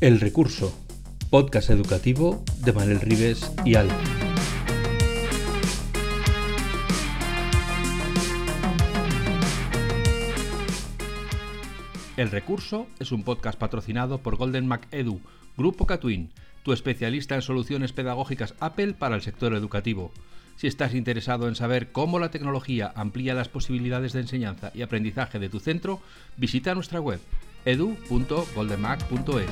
El Recurso, podcast educativo de Manel Ribes y Alf. El Recurso es un podcast patrocinado por Golden Mac Edu, Grupo Catwin, tu especialista en soluciones pedagógicas Apple para el sector educativo. Si estás interesado en saber cómo la tecnología amplía las posibilidades de enseñanza y aprendizaje de tu centro, visita nuestra web edu.goldenmac.es.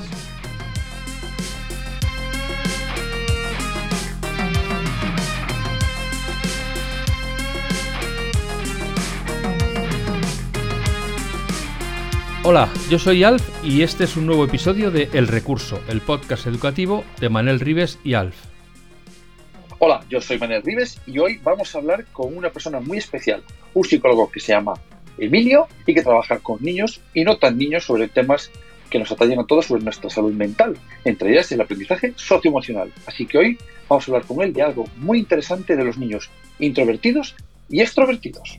Hola, yo soy Alf y este es un nuevo episodio de El Recurso, el podcast educativo de Manel Ribes y Alf. Hola, yo soy Manel Ribes y hoy vamos a hablar con una persona muy especial, un psicólogo que se llama Emilio y que trabaja con niños y no tan niños sobre temas que nos atañen a todos sobre nuestra salud mental, entre ellas el aprendizaje socioemocional. Así que hoy vamos a hablar con él de algo muy interesante de los niños introvertidos y extrovertidos.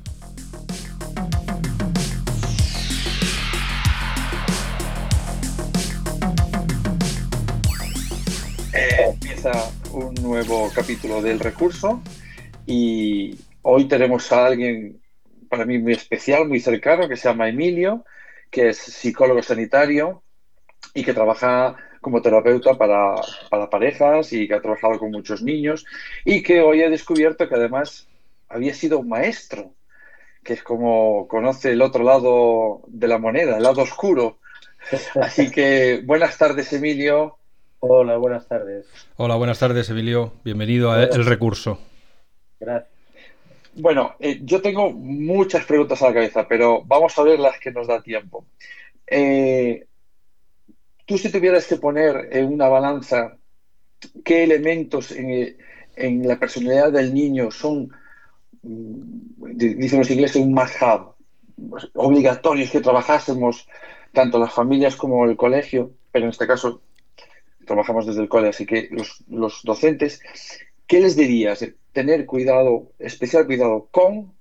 Empieza un nuevo capítulo del Recurso y hoy tenemos a alguien para mí muy especial, muy cercano, que se llama Emilio, que es psicólogo sanitario y que trabaja como terapeuta para parejas y que ha trabajado con muchos niños y que hoy he descubierto que además había sido maestro, que es como conoce el otro lado de la moneda, el lado oscuro. Así que buenas tardes, Emilio. Hola, buenas tardes. Hola, buenas tardes, Emilio. Bienvenido a El Recurso. Gracias. Bueno, yo tengo muchas preguntas a la cabeza, pero vamos a ver las que nos da tiempo. Tú, si tuvieras que poner en una balanza qué elementos en la personalidad del niño son, dicen los ingleses, un must-have, obligatorios que trabajásemos tanto las familias como el colegio, pero en este caso trabajamos desde el cole, así que los docentes, ¿qué les dirías? Tener cuidado, especial cuidado con...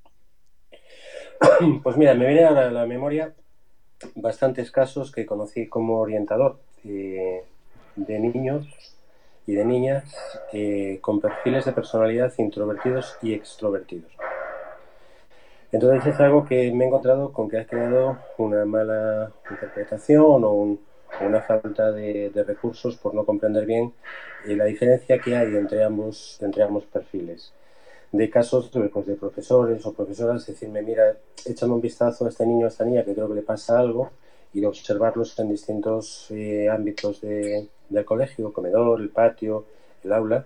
Pues mira, me viene ahora a la memoria bastantes casos que conocí como orientador de niños y de niñas con perfiles de personalidad introvertidos y extrovertidos. Entonces es algo que me he encontrado con que ha creado una mala interpretación o una falta de recursos por no comprender bien la diferencia que hay entre ambos perfiles. De casos pues, de profesores o profesoras decirme, mira, échame un vistazo a este niño o a esta niña que creo que le pasa algo, y de observarlos en distintos ámbitos del colegio, el comedor, el patio, el aula,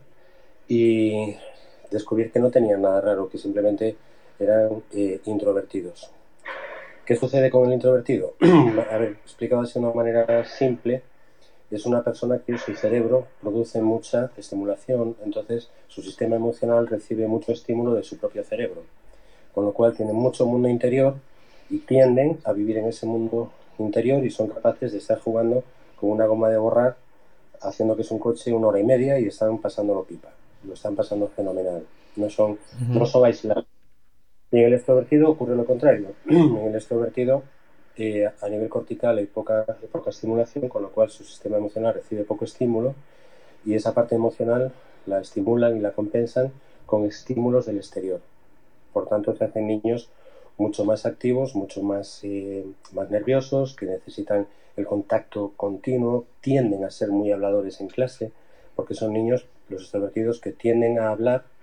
y descubrir que no tenían nada raro, que simplemente eran introvertidos. ¿Qué sucede con el introvertido? A ver, explicado así de una manera simple, es una persona que su cerebro produce mucha estimulación, entonces su sistema emocional recibe mucho estímulo de su propio cerebro, con lo cual tienen mucho mundo interior y tienden a vivir en ese mundo interior y son capaces de estar jugando con una goma de borrar, haciendo que es un coche 1 hora y media y están pasándolo pipa, lo están pasando fenomenal, no son aislados. Y en el extrovertido ocurre lo contrario. En el extrovertido, a nivel cortical hay poca estimulación, con lo cual su sistema emocional recibe poco estímulo y esa parte emocional la estimulan y la compensan con estímulos del exterior. Por tanto, se hacen niños mucho más activos, mucho más nerviosos, que necesitan el contacto continuo, tienden a ser muy habladores en clase, porque son niños, los extrovertidos, que tienden a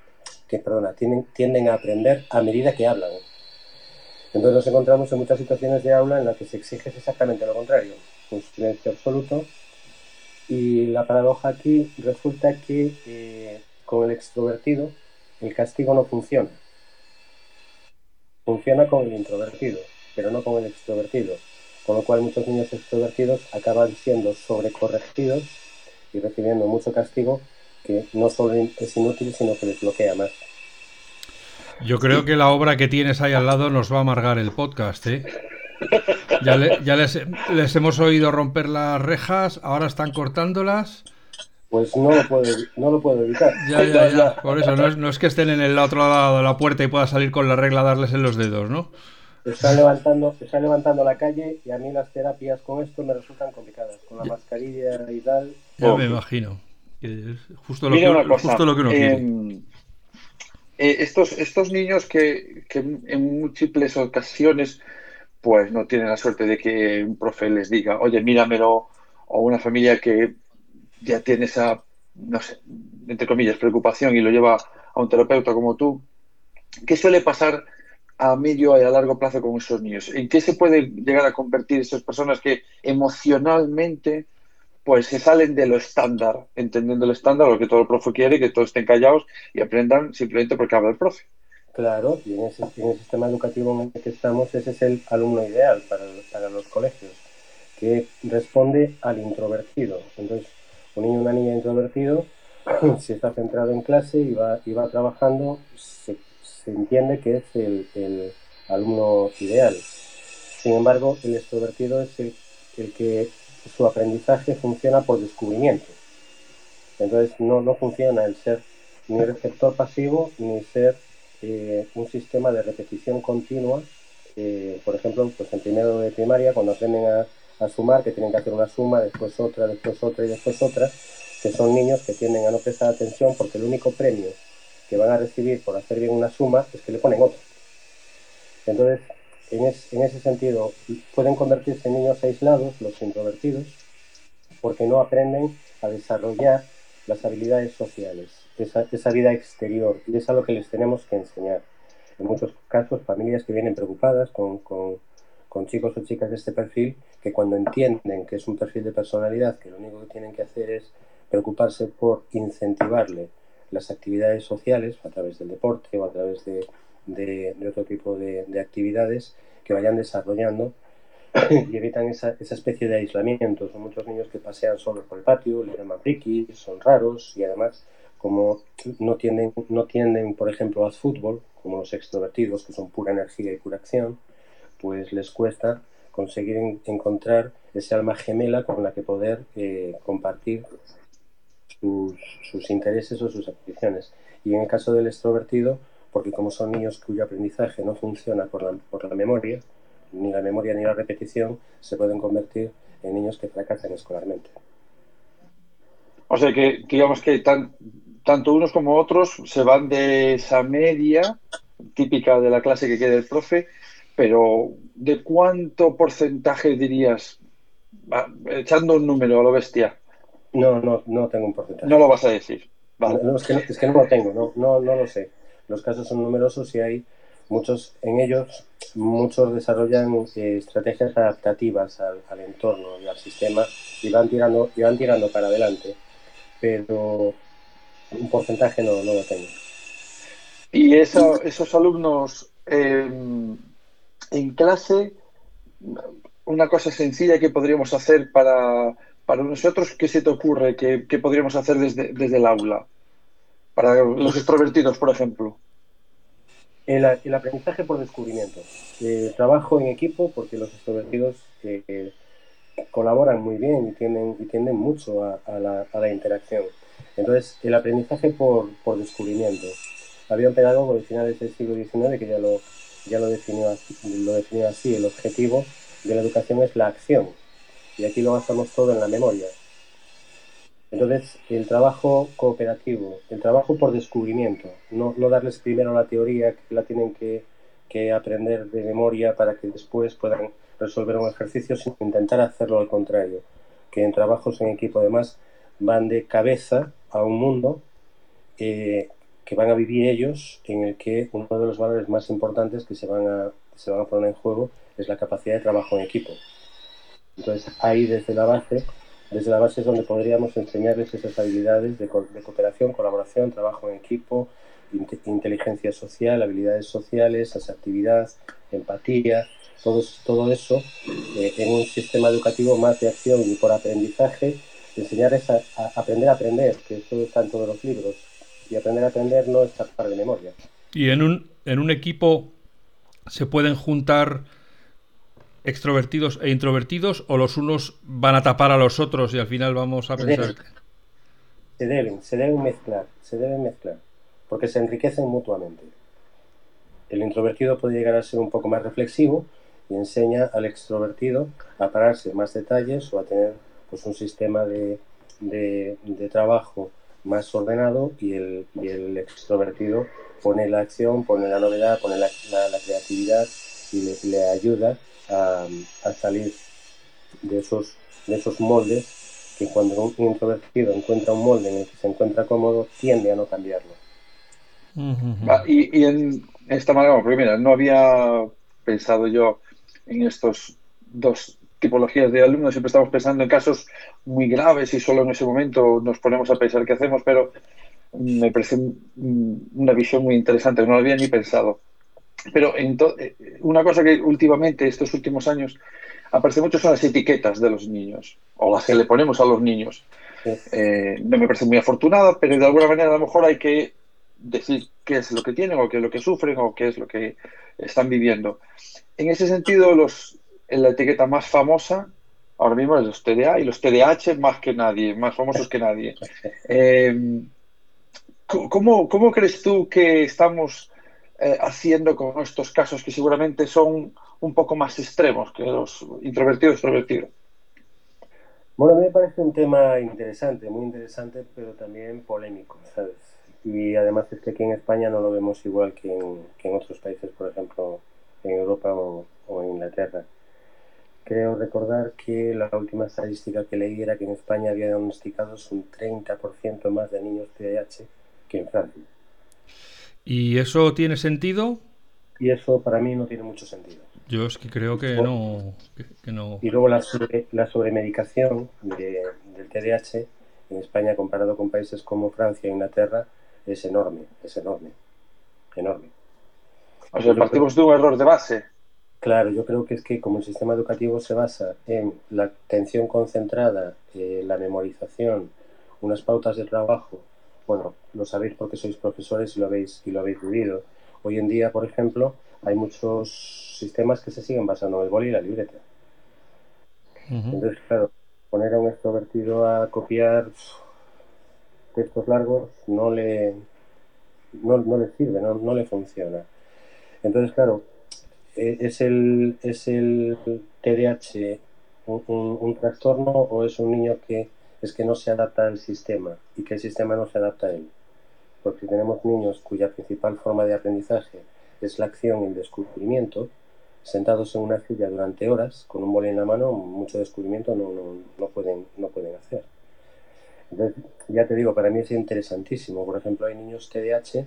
aprender a medida que hablan. Entonces nos encontramos en muchas situaciones de aula en las que se exige exactamente lo contrario, un silencio absoluto, y la paradoja aquí resulta que con el extrovertido el castigo no funciona. Funciona con el introvertido, pero no con el extrovertido, con lo cual muchos niños extrovertidos acaban siendo sobrecorregidos y recibiendo mucho castigo que no solo es inútil, sino que les bloquea más. Yo creo que la obra que tienes ahí al lado nos va a amargar el podcast, ¿eh? Ya les hemos oído romper las rejas, ahora están cortándolas. Pues no lo puedo evitar. Ya. Por eso, no es que estén en el otro lado de la puerta y pueda salir con la regla a darles en los dedos, ¿no? se están levantando la calle y a mí las terapias con esto me resultan complicadas, con la mascarilla y tal. Ya me imagino. Es Mira una justo cosa, lo que uno quiere. estos niños que en múltiples ocasiones pues no tienen la suerte de que un profe les diga, oye, míramelo, o una familia que ya tiene esa, no sé, entre comillas, preocupación y lo lleva a un terapeuta como tú. ¿Qué suele pasar a medio y a largo plazo con esos niños? ¿En qué se pueden llegar a convertir esas personas que emocionalmente pues se salen de lo estándar, entendiendo el estándar, lo que todo el profe quiere, que todos estén callados y aprendan simplemente porque habla el profe? Claro, y en el sistema educativo en el que estamos, ese es el alumno ideal para los colegios, que responde al introvertido. Entonces, un niño o una niña introvertido, si está centrado en clase y va trabajando, se entiende que es el alumno ideal. Sin embargo, el extrovertido es el que su aprendizaje funciona por descubrimiento. Entonces, no funciona el ser ni receptor pasivo ni ser un sistema de repetición continua. Por ejemplo, pues en primero de primaria, cuando aprenden a sumar, que tienen que hacer una suma, después otra y después otra, que son niños que tienden a no prestar atención porque el único premio que van a recibir por hacer bien una suma es que le ponen otro. Entonces, en ese sentido, pueden convertirse en niños aislados, los introvertidos, porque no aprenden a desarrollar las habilidades sociales, esa vida exterior, y es a lo que les tenemos que enseñar. En muchos casos, familias que vienen preocupadas con chicos o chicas de este perfil, que cuando entienden que es un perfil de personalidad, que lo único que tienen que hacer es preocuparse por incentivarle las actividades sociales a través del deporte o a través de otro tipo de actividades que vayan desarrollando y evitan esa especie de aislamiento. Son muchos niños que pasean solos por el patio, le llaman frikis, son raros y además, como no tienden, por ejemplo, al fútbol, como los extrovertidos, que son pura energía y pura acción, pues les cuesta conseguir encontrar ese alma gemela con la que poder compartir sus, sus intereses o sus aficiones. Y en el caso del extrovertido, porque como son niños cuyo aprendizaje no funciona por la memoria, ni la memoria ni la repetición, se pueden convertir en niños que fracasan escolarmente. O sea que digamos que tanto unos como otros se van de esa media típica de la clase que quiere el profe, pero ¿de cuánto porcentaje dirías, echando un número a lo bestia? No tengo un No porcentaje. lo vas a decir. Vale. Es que no lo tengo, no lo sé. Los casos son numerosos y hay muchos en ellos, muchos desarrollan estrategias adaptativas al entorno y al sistema y van tirando para adelante, pero un porcentaje no lo tengo. Y esos alumnos en clase, una cosa sencilla que podríamos hacer para nosotros, ¿qué se te ocurre que podríamos hacer desde el aula? Para los extrovertidos, por ejemplo. El aprendizaje por descubrimiento. Trabajo en equipo porque los extrovertidos colaboran muy bien y tienden mucho a la interacción. Entonces, el aprendizaje por descubrimiento. Había un pedagogo de finales del siglo XIX que ya lo definió así. El objetivo de la educación es la acción. Y aquí lo basamos todo en la memoria. Entonces, el trabajo cooperativo, el trabajo por descubrimiento, no darles primero la teoría que la tienen que aprender de memoria para que después puedan resolver un ejercicio, sino intentar hacerlo al contrario, que en trabajos en equipo además van de cabeza a un mundo que van a vivir ellos, en el que uno de los valores más importantes que se van a poner en juego es la capacidad de trabajo en equipo. Entonces, ahí desde la base es donde podríamos enseñarles esas habilidades de cooperación, colaboración, trabajo en equipo, inteligencia social, habilidades sociales, asertividad, empatía, todo eso en un sistema educativo más de acción y por aprendizaje, enseñarles a aprender a aprender, que esto está en todos los libros, y aprender a aprender no es tapar de memoria. Y en un equipo se pueden juntar extrovertidos e introvertidos, o los unos van a tapar a los otros y al final vamos a pensar... Se deben mezclar, porque se enriquecen mutuamente. el introvertido puede llegar a ser un poco más reflexivo y enseña al extrovertido a pararse en más detalles o a tener pues un sistema de trabajo más ordenado, y el extrovertido pone la acción, pone la novedad, pone la creatividad y le ayuda a salir de esos moldes, que cuando un introvertido encuentra un molde en el que se encuentra cómodo, tiende a no cambiarlo. Y en esta manera, porque mira, no había pensado yo en estos dos tipologías de alumnos. Siempre estamos pensando en casos muy graves y solo en ese momento nos ponemos a pensar qué hacemos, pero me parece una visión muy interesante, no lo había ni pensado. Pero una cosa que últimamente, estos últimos años, aparece mucho son las etiquetas de los niños, o las que le ponemos a los niños. Sí. No me parece muy afortunada, pero de alguna manera a lo mejor hay que decir qué es lo que tienen, o qué es lo que sufren, o qué es lo que están viviendo. En ese sentido, la etiqueta más famosa ahora mismo es los TDA y los TDAH, más que nadie, más famosos que nadie. Eh, ¿Cómo crees tú que estamos haciendo con estos casos que seguramente son un poco más extremos que los introvertidos extrovertidos? Bueno, a mí me parece un tema interesante, muy interesante, pero también polémico, ¿sabes? Y además es que aquí en España no lo vemos igual que en otros países, por ejemplo, en Europa o en Inglaterra. Creo recordar que la última estadística que leí era que en España había diagnosticados un 30% más de niños TDAH que en Francia. ¿Y eso tiene sentido? Y eso para mí no tiene mucho sentido. Yo es que creo que no. Que no. Y luego la sobremedicación del TDAH en España, comparado con países como Francia e Inglaterra, es enorme, enorme. O sea, partimos de un error de base. Claro, yo creo que es que como el sistema educativo se basa en la atención concentrada, la memorización, unas pautas de trabajo, bueno, lo sabéis porque sois profesores y lo habéis vivido. Hoy en día, por ejemplo, hay muchos sistemas que se siguen basando en el boli y la libreta. Entonces, claro, poner a un extrovertido a copiar textos largos no le sirve, no le funciona. Entonces, claro, ¿es el TDAH un trastorno, o es un niño que es que no se adapta al sistema y que el sistema no se adapta a él? Porque si tenemos niños cuya principal forma de aprendizaje es la acción y el descubrimiento, sentados en una silla durante horas, con un boli en la mano, mucho descubrimiento no pueden hacer. Entonces, ya te digo, para mí es interesantísimo. Por ejemplo, hay niños TDAH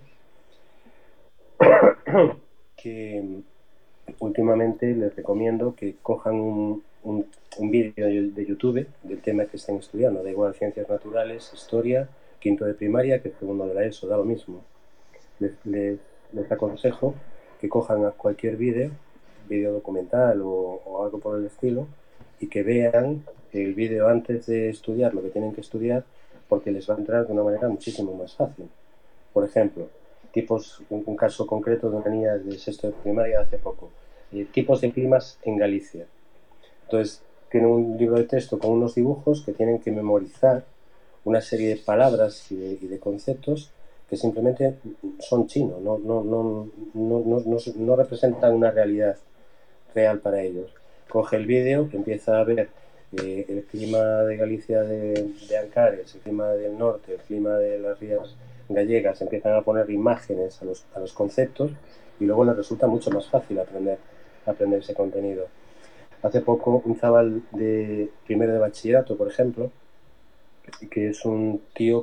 que últimamente les recomiendo que cojan un vídeo de YouTube del tema que estén estudiando. Da igual, ciencias naturales, historia, quinto de primaria, que segundo de la ESO, da lo mismo. Les aconsejo que cojan cualquier vídeo documental o algo por el estilo, y que vean el vídeo antes de estudiar lo que tienen que estudiar, porque les va a entrar de una manera muchísimo más fácil. Por ejemplo, un caso concreto de una niña de sexto de primaria hace poco, tipos de climas en Galicia. Entonces, tiene un libro de texto con unos dibujos que tienen que memorizar una serie de palabras y de conceptos que simplemente son chinos, no representan una realidad real para ellos. Coge el vídeo, que empieza a ver el clima de Galicia de Ancares, el clima del norte, el clima de las Rías Gallegas, empiezan a poner imágenes a los conceptos, y luego les resulta mucho más fácil aprender ese contenido. Hace poco un chaval de primero de bachillerato, por ejemplo, que es un tío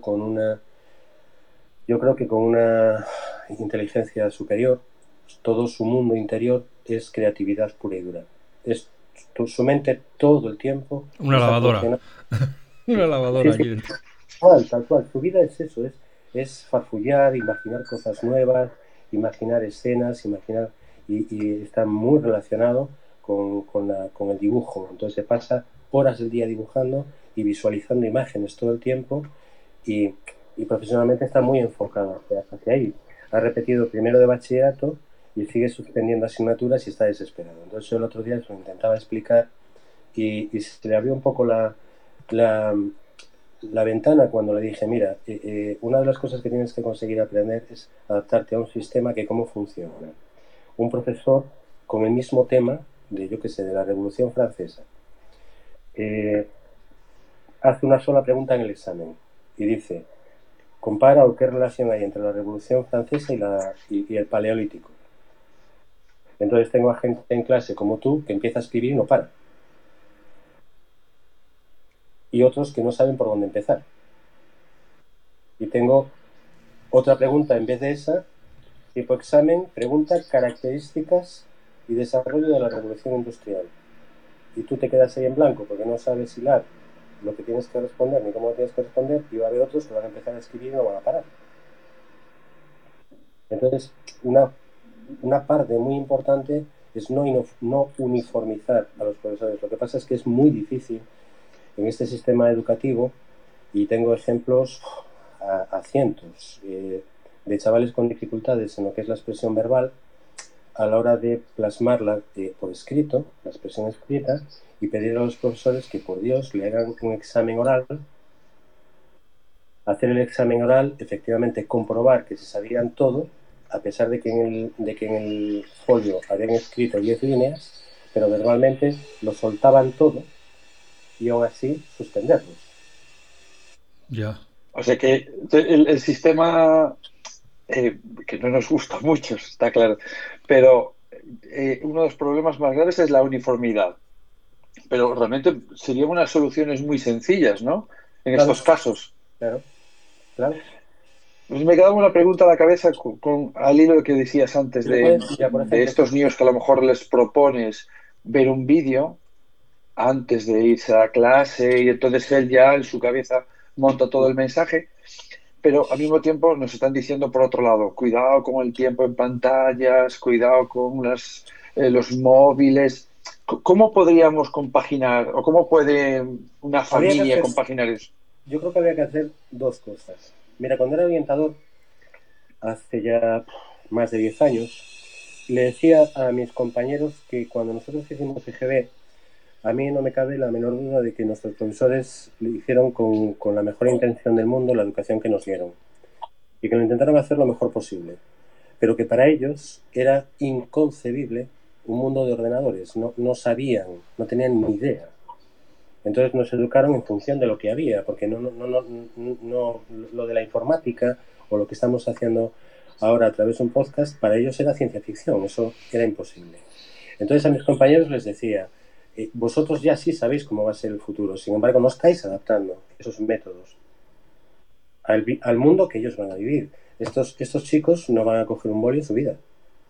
yo creo que con una inteligencia superior, todo su mundo interior es creatividad pura y dura. Su mente todo el tiempo Una está lavadora. funcionando. Una lavadora Sí, aquí dentro. tal cual. Su vida es eso, es farfullar, imaginar cosas nuevas, imaginar escenas, y está muy relacionado con el dibujo. Entonces se pasa horas del día dibujando y visualizando imágenes todo el tiempo, y profesionalmente está muy enfocado hacia ahí. Ha repetido primero de bachillerato y sigue suspendiendo asignaturas y está desesperado. Entonces yo el otro día se lo intentaba explicar, y se le abrió un poco la ventana cuando le dije, mira, una de las cosas que tienes que conseguir aprender es adaptarte a un sistema que cómo funciona. un profesor con el mismo tema de, yo qué sé, de la Revolución Francesa. Hace una sola pregunta en el examen y dice, compara o qué relación hay entre la Revolución Francesa y el Paleolítico. Entonces tengo a gente en clase como tú que empieza a escribir y no para. Y otros que no saben por dónde empezar. Y tengo otra pregunta en vez de esa, tipo examen, pregunta características y desarrollo de la Revolución Industrial. Y tú te quedas ahí en blanco porque no sabes hilar lo que tienes que responder ni cómo lo tienes que responder, y va a haber otros que van a empezar a escribir y no van a parar. Entonces, una parte muy importante es no uniformizar a los profesores. Lo que pasa es que es muy difícil en este sistema educativo, y tengo ejemplos a cientos de chavales con dificultades en lo que es la expresión verbal a la hora de plasmarla por escrito, la expresión escrita, y pedir a los profesores que por Dios le hagan un examen oral, hacer el examen oral, efectivamente comprobar que se sabían todo, a pesar de que en el folio habían escrito 10 líneas, pero verbalmente lo soltaban todo y aún así suspenderlos. Ya. O sea que el sistema, que no nos gusta mucho, está claro, pero uno de los problemas más graves es la uniformidad. Pero realmente serían unas soluciones muy sencillas, ¿no? En Claro, estos casos. claro, claro. Pues me quedaba una pregunta a la cabeza al hilo que decías antes Le puedes, ya, por de ejemplo, estos niños que a lo mejor les propones ver un vídeo antes de irse a la clase y entonces él ya en su cabeza monta todo el mensaje, pero al mismo tiempo nos están diciendo por otro lado, cuidado con el tiempo en pantallas, cuidado con los móviles. ¿Cómo podríamos compaginar o cómo puede una habría que familia hacer, compaginar eso? yo creo que habría que hacer dos cosas. Mira, cuando era orientador, hace ya más de 10 años, le decía a mis compañeros que cuando nosotros hicimos IGB, a mí no me cabe la menor duda de que nuestros profesores lo hicieron con la mejor intención del mundo la educación que nos dieron y que lo intentaron hacer lo mejor posible, pero que para ellos era inconcebible un mundo de ordenadores, no sabían, no tenían ni idea. Entonces nos educaron en función de lo que había, porque no lo de la informática o lo que estamos haciendo ahora a través de un podcast, para ellos era ciencia ficción, eso era imposible. Entonces a mis compañeros les decía, vosotros ya sí sabéis cómo va a ser el futuro, sin embargo no estáis adaptando esos métodos al mundo que ellos van a vivir. Estos chicos no van a coger un boli en su vida.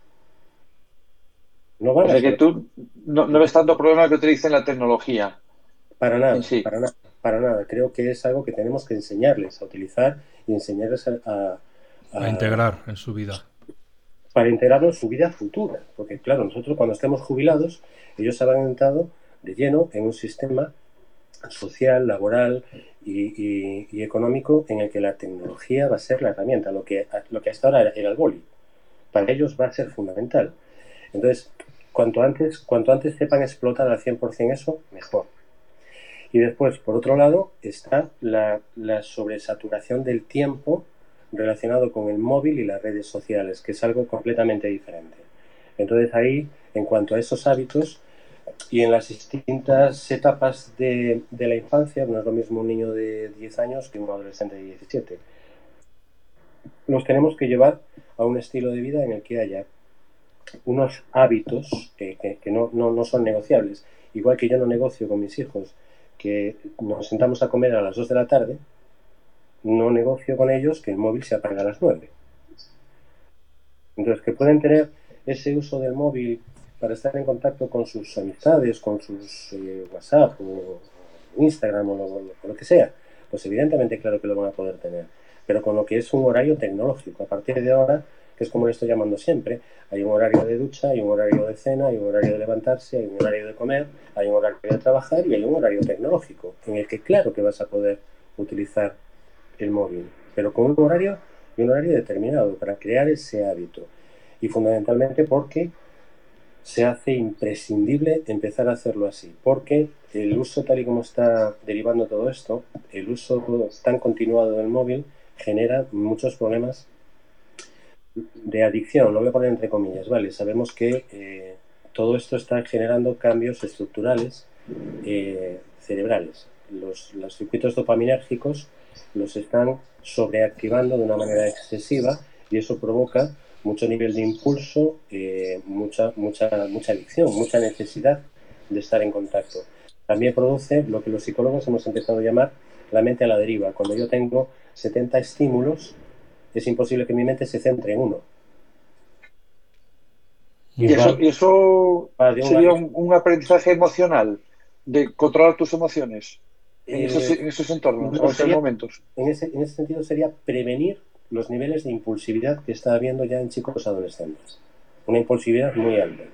No O van a sea que saber. tú no ves tanto problema que utilicen la tecnología Para en nada, sí. para nada, para nada. Creo que es algo que tenemos que enseñarles a utilizar y enseñarles A a- integrar en su vida. para integrarlo en su vida futura. Porque claro, nosotros cuando estemos jubilados, ellos habrán entrado de lleno en un sistema social, laboral y económico en el que la tecnología va a ser la herramienta, lo que hasta ahora era el boli. Para ellos va a ser fundamental. Entonces, cuanto antes sepan explotar al 100% eso, mejor. Y después, por otro lado, está la sobresaturación del tiempo relacionado con el móvil y las redes sociales, que es algo completamente diferente. Entonces ahí, en cuanto a esos hábitos y en las distintas etapas de la infancia, no es lo mismo un niño de 10 años que un adolescente de 17. Los tenemos que llevar a un estilo de vida en el que haya unos hábitos que no son negociables. Igual que yo no negocio con mis hijos que nos sentamos a comer a las 2 de la tarde, no negocio con ellos que el móvil se apague a las 9. Entonces, que pueden tener ese uso del móvil para estar en contacto con sus amistades, con sus WhatsApp o Instagram o lo que sea, pues evidentemente claro que lo van a poder tener. Pero con lo que es un horario tecnológico, a partir de ahora, que es como le estoy llamando siempre, hay un horario de ducha, hay un horario de cena, hay un horario de levantarse, hay un horario de comer, hay un horario de trabajar y hay un horario tecnológico, en el que claro que vas a poder utilizar el móvil, pero con un horario determinado para crear ese hábito. Y fundamentalmente porque se hace imprescindible empezar a hacerlo así, porque el uso tal y como está derivando todo esto, el uso tan continuado del móvil genera muchos problemas de adicción, lo voy a poner entre comillas, ¿vale? Sabemos que todo esto está generando cambios estructurales cerebrales. Los circuitos dopaminérgicos los están sobreactivando de una manera excesiva y eso provoca mucho nivel de impulso, mucha adicción, mucha necesidad de estar en contacto. También produce lo que los psicólogos hemos empezado a llamar la mente a la deriva. Cuando yo tengo 70 estímulos, es imposible que mi mente se centre en uno. Y eso sería un aprendizaje emocional, de controlar tus emociones en esos entornos, no en esos sería, momentos. en ese sentido sería prevenir los niveles de impulsividad que está habiendo ya en chicos adolescentes. Una impulsividad muy alta.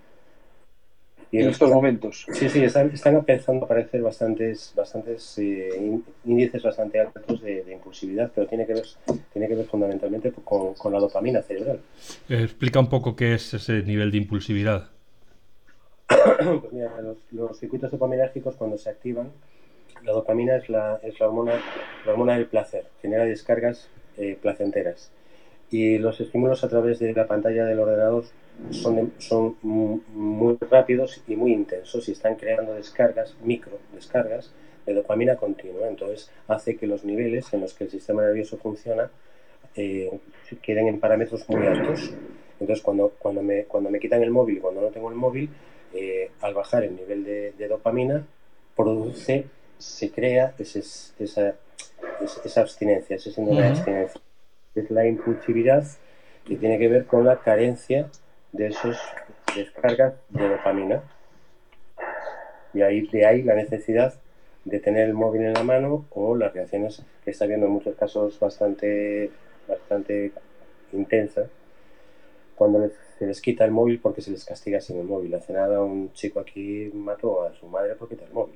Y En estos momentos. Sí, están empezando a aparecer bastantes índices bastante altos de impulsividad, pero tiene que ver fundamentalmente con la dopamina cerebral. Explica un poco qué es ese nivel de impulsividad. Pues mira, los circuitos dopaminérgicos cuando se activan, la dopamina es la hormona del placer, genera descargas placenteras. Y los estímulos a través de la pantalla del ordenador son muy rápidos y muy intensos y están creando micro descargas de dopamina continua. Entonces hace que los niveles en los que el sistema nervioso funciona queden en parámetros muy altos. Entonces cuando me quitan el móvil y cuando no tengo el móvil, al bajar el nivel de dopamina, se crea esa abstinencia, ese síndrome de abstinencia. Es la impulsividad que tiene que ver con la carencia de esas descargas de dopamina. Y de ahí la necesidad de tener el móvil en la mano o las reacciones que está habiendo en muchos casos bastante intensas cuando se les quita el móvil porque se les castiga sin el móvil. Hace nada un chico aquí mató a su madre por quitar el móvil.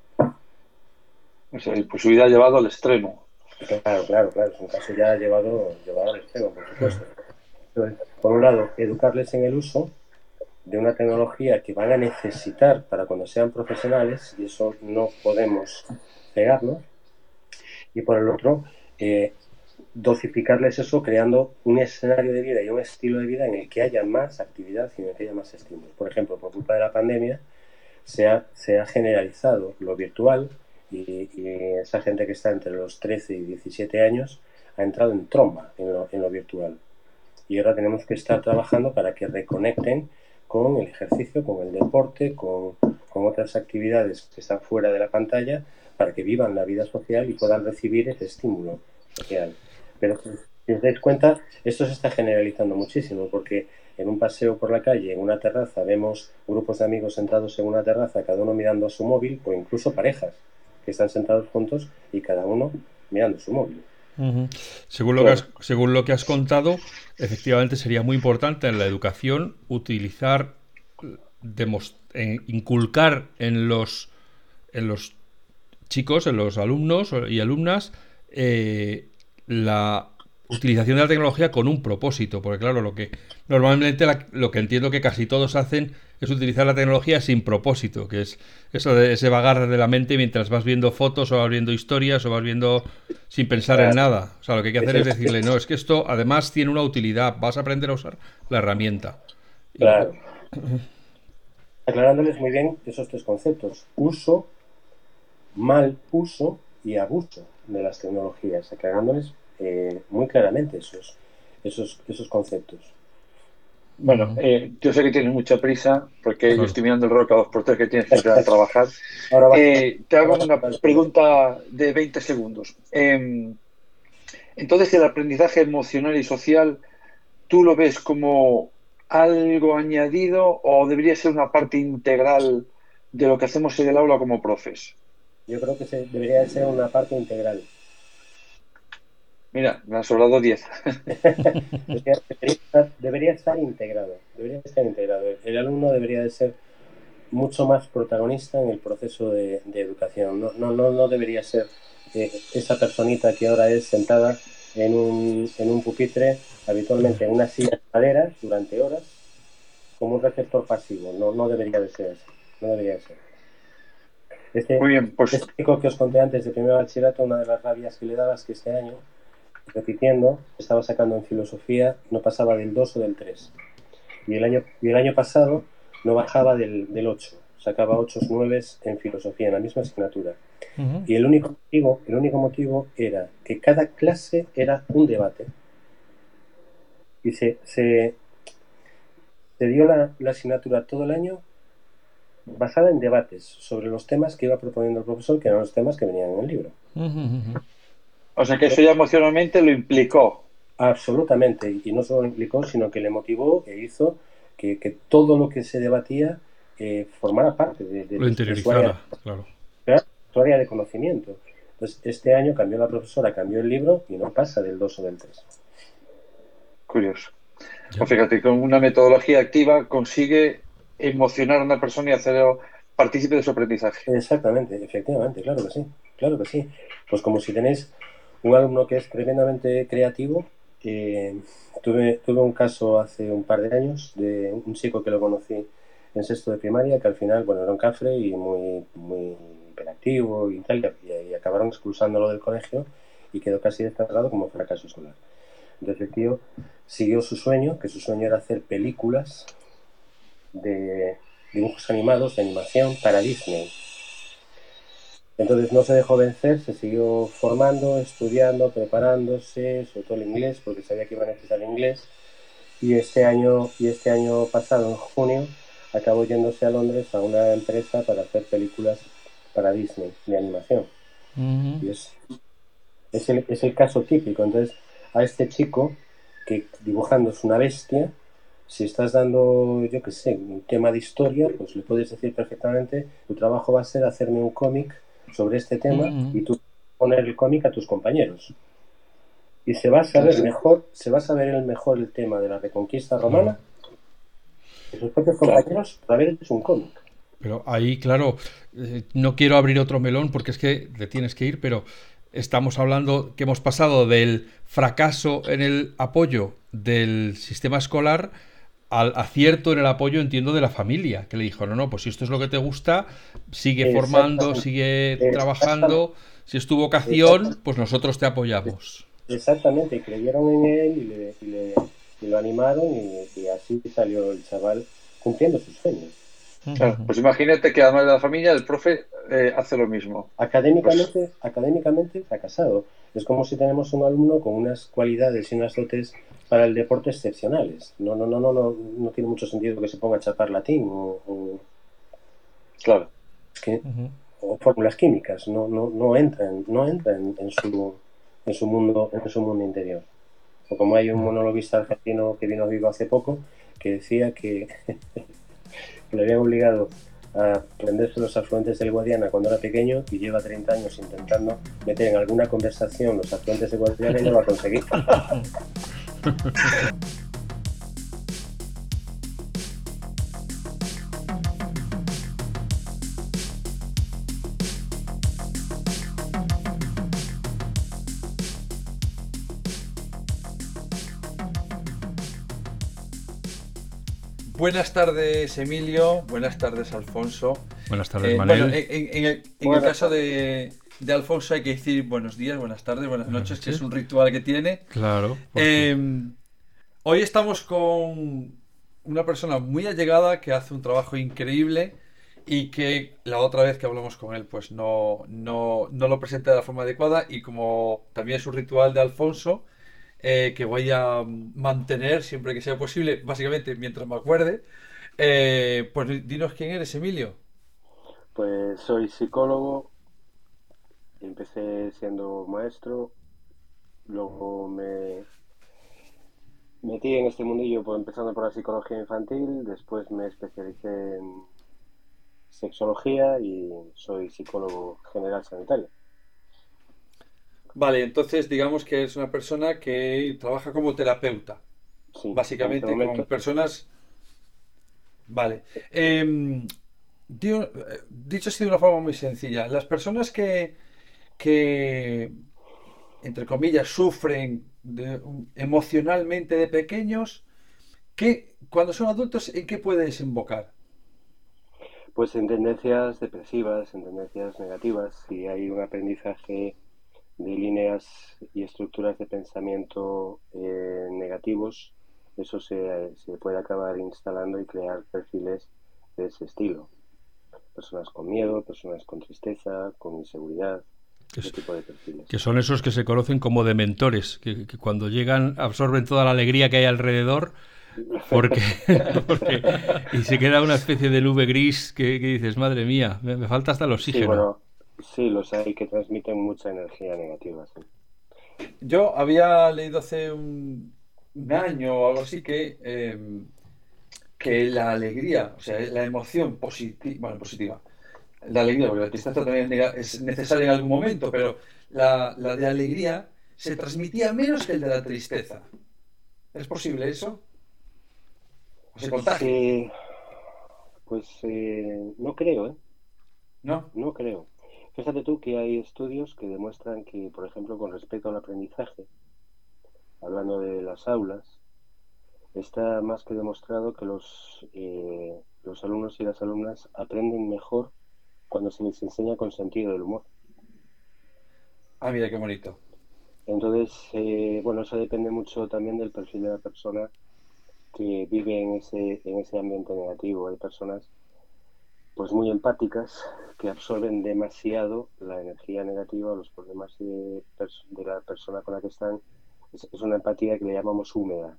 O sea, la impulsividad llevado al extremo. Claro. Es un caso ya llevado al extremo, por supuesto. Entonces, por un lado, educarles en el uso de una tecnología que van a necesitar para cuando sean profesionales, y eso no podemos pegarnos. Y por el otro, dosificarles eso creando un escenario de vida y un estilo de vida en el que haya más actividad y en el que haya más estímulos. Por ejemplo, por culpa de la pandemia, se ha generalizado lo virtual y esa gente que está entre los 13 y 17 años ha entrado en tromba en lo virtual. Y ahora tenemos que estar trabajando para que reconecten con el ejercicio, con el deporte, con otras actividades que están fuera de la pantalla, para que vivan la vida social y puedan recibir ese estímulo social. Pero si os dais cuenta, esto se está generalizando muchísimo, porque en un paseo por la calle, en una terraza, vemos grupos de amigos sentados en una terraza, cada uno mirando a su móvil, o incluso parejas que están sentados juntos y cada uno mirando su móvil. Según lo que has contado, efectivamente sería muy importante en la educación utilizar, inculcar en los chicos, en los alumnos y alumnas, la utilización de la tecnología con un propósito, porque claro, normalmente lo que entiendo que casi todos hacen es utilizar la tecnología sin propósito, que es eso de ese vagar de la mente mientras vas viendo fotos o vas viendo historias o vas viendo sin pensar en nada. O sea, lo que hay que hacer es decirle, no, es que esto además tiene una utilidad, vas a aprender a usar la herramienta. Claro. Aclarándoles muy bien esos tres conceptos: uso, mal uso y abuso de las tecnologías, aclarándoles muy claramente esos conceptos. Bueno, yo sé que tienes mucha prisa porque yo estoy mirando el reloj cada 2x3 que tienes que entrar a trabajar. Te hago una pregunta de 20 segundos. Entonces, el aprendizaje emocional y social, ¿tú lo ves como algo añadido o debería ser una parte integral de lo que hacemos en el aula como profes? Yo creo que debería ser una parte integral. Mira, me han sobrado 10. Debería estar integrado. El alumno debería de ser mucho más protagonista en el proceso de educación. No debería ser esa personita que ahora es sentada en un pupitre, habitualmente en una silla de madera durante horas, como un receptor pasivo. No debería de ser así. No debería de ser. Muy bien, pues Este chico que os conté antes de primero bachillerato, una de las rabias que le daba es que este año repitiendo, estaba sacando en filosofía, no pasaba del 2 o del 3. Y el año pasado no bajaba del 8. Sacaba 8 o 9 en filosofía, en la misma asignatura. Ujú. Y el único motivo era que cada clase era un debate. Y se dio la asignatura todo el año basada en debates sobre los temas que iba proponiendo el profesor, que eran los temas que venían en el libro. Ujú. O sea que eso ya emocionalmente lo implicó. Absolutamente. Y no solo lo implicó, sino que le motivó e hizo que todo lo que se debatía formara parte Lo de su área, interiorizara, claro. su área de conocimiento. Entonces, este año cambió la profesora, cambió el libro y no pasa del 2 o del 3. Curioso. Ya. Pues fíjate, con una metodología activa consigue emocionar a una persona y hacerlo partícipe de su aprendizaje. Exactamente, efectivamente, claro que sí, claro que sí. Pues como si tenéis un alumno que es tremendamente creativo, tuve un caso hace un par de años de un chico que lo conocí en sexto de primaria, que al final, bueno, era un cafre y muy, muy hiperactivo y tal, y acabaron expulsándolo del colegio y quedó casi desterrado como fracaso escolar. Entonces el tío siguió su sueño, que su sueño era hacer películas de dibujos animados, de animación para Disney. Entonces no se dejó vencer, se siguió formando, estudiando, preparándose, sobre todo el inglés, porque sabía que iba a necesitar inglés. Y este año pasado, en junio, acabó yéndose a Londres a una empresa para hacer películas para Disney de animación. Ujú. Y es el caso típico. Entonces, a este chico, que dibujando es una bestia, si estás dando, yo qué sé, un tema de historia, pues le puedes decir perfectamente, tu trabajo va a ser hacerme un cómic sobre este tema Ujú. y tú poner el cómic a tus compañeros. Y se va a Sí, saber sí, mejor, se va a saber el tema de la Reconquista Claro. Romana que sus propios claro. compañeros por haber hecho un cómic. Pero ahí, claro, no quiero abrir otro melón porque es que te tienes que ir, pero estamos hablando que hemos pasado del fracaso en el apoyo del sistema escolar al acierto en el apoyo, entiendo, de la familia, que le dijo, no, no, pues si esto es lo que te gusta, sigue formando, Exactamente, sigue exactamente, trabajando, si es tu vocación, exactamente. pues nosotros te apoyamos. Exactamente, y creyeron en él y lo animaron y así salió el chaval cumpliendo sus sueños. Claro. Pues imagínate que además de la familia, el profe hace lo mismo. Pues Académicamente fracasado. Es como si tenemos un alumno con unas cualidades y unas dotes para el deporte excepcionales. No tiene mucho sentido que se ponga a chapar latín claro, es que, o fórmulas químicas. No entra en su mundo interior. O como hay un monologuista argentino que vino vivo hace poco que decía que le habían obligado a aprenderse los afluentes del Guadiana cuando era pequeño y lleva 30 años intentando meter en alguna conversación los afluentes del Guadiana y no lo ha conseguido. Buenas tardes, Emilio. Buenas tardes, Alfonso. Buenas tardes, Bueno, Manel. en el caso de Alfonso hay que decir buenos días, buenas tardes, buenas Buenas noches, que es noches. un ritual que tiene. Claro, porque... Eh, Hoy estamos con una persona muy allegada que hace un trabajo increíble y que la otra vez que hablamos con él pues no lo presenta de la forma adecuada y como también es un ritual de Alfonso que voy a mantener siempre que sea posible, básicamente mientras me acuerde, pues dinos quién eres, Emilio. Pues soy psicólogo, empecé siendo maestro, luego me metí en este mundillo empezando por la psicología infantil, después me especialicé en sexología y soy psicólogo general sanitario. Vale, entonces digamos que es una persona que trabaja como terapeuta, Sí, en este básicamente con momento. personas. Vale. Dicho así de una forma muy sencilla, las personas que entre comillas, sufren emocionalmente de pequeños, cuando son adultos, ¿en qué puede desembocar? Pues en tendencias depresivas, en tendencias negativas, si hay un aprendizaje de líneas y estructuras de pensamiento negativos, eso se puede acabar instalando y crear perfiles de ese estilo. Personas con miedo, personas con tristeza, con inseguridad, ese tipo de perfiles. Que son esos que se conocen como dementores, que cuando llegan absorben toda la alegría que hay alrededor porque y se queda una especie de nube gris que dices, madre mía, me falta hasta el Sí, oxígeno. bueno, sí, los hay que transmiten mucha energía negativa, sí. Yo había leído hace un año o algo así que la alegría, o sea, la emoción positiva, bueno, positiva, la alegría, porque la tristeza también es necesaria en algún momento, pero la de alegría se transmitía menos que el de la tristeza. ¿Es posible eso? ¿O se contagia? Pues no creo, ¿eh? ¿No? No creo. Fíjate tú que hay estudios que demuestran que, por ejemplo, con respecto al aprendizaje, hablando de las aulas, está más que demostrado que los alumnos y las alumnas aprenden mejor cuando se les enseña con sentido del humor. Ah, mira qué bonito. Entonces, bueno, eso depende mucho también del perfil de la persona que vive en ese ambiente negativo. Hay personas pues muy empáticas que absorben demasiado la energía negativa o los problemas de la persona con la que están. Es una empatía que le llamamos húmeda,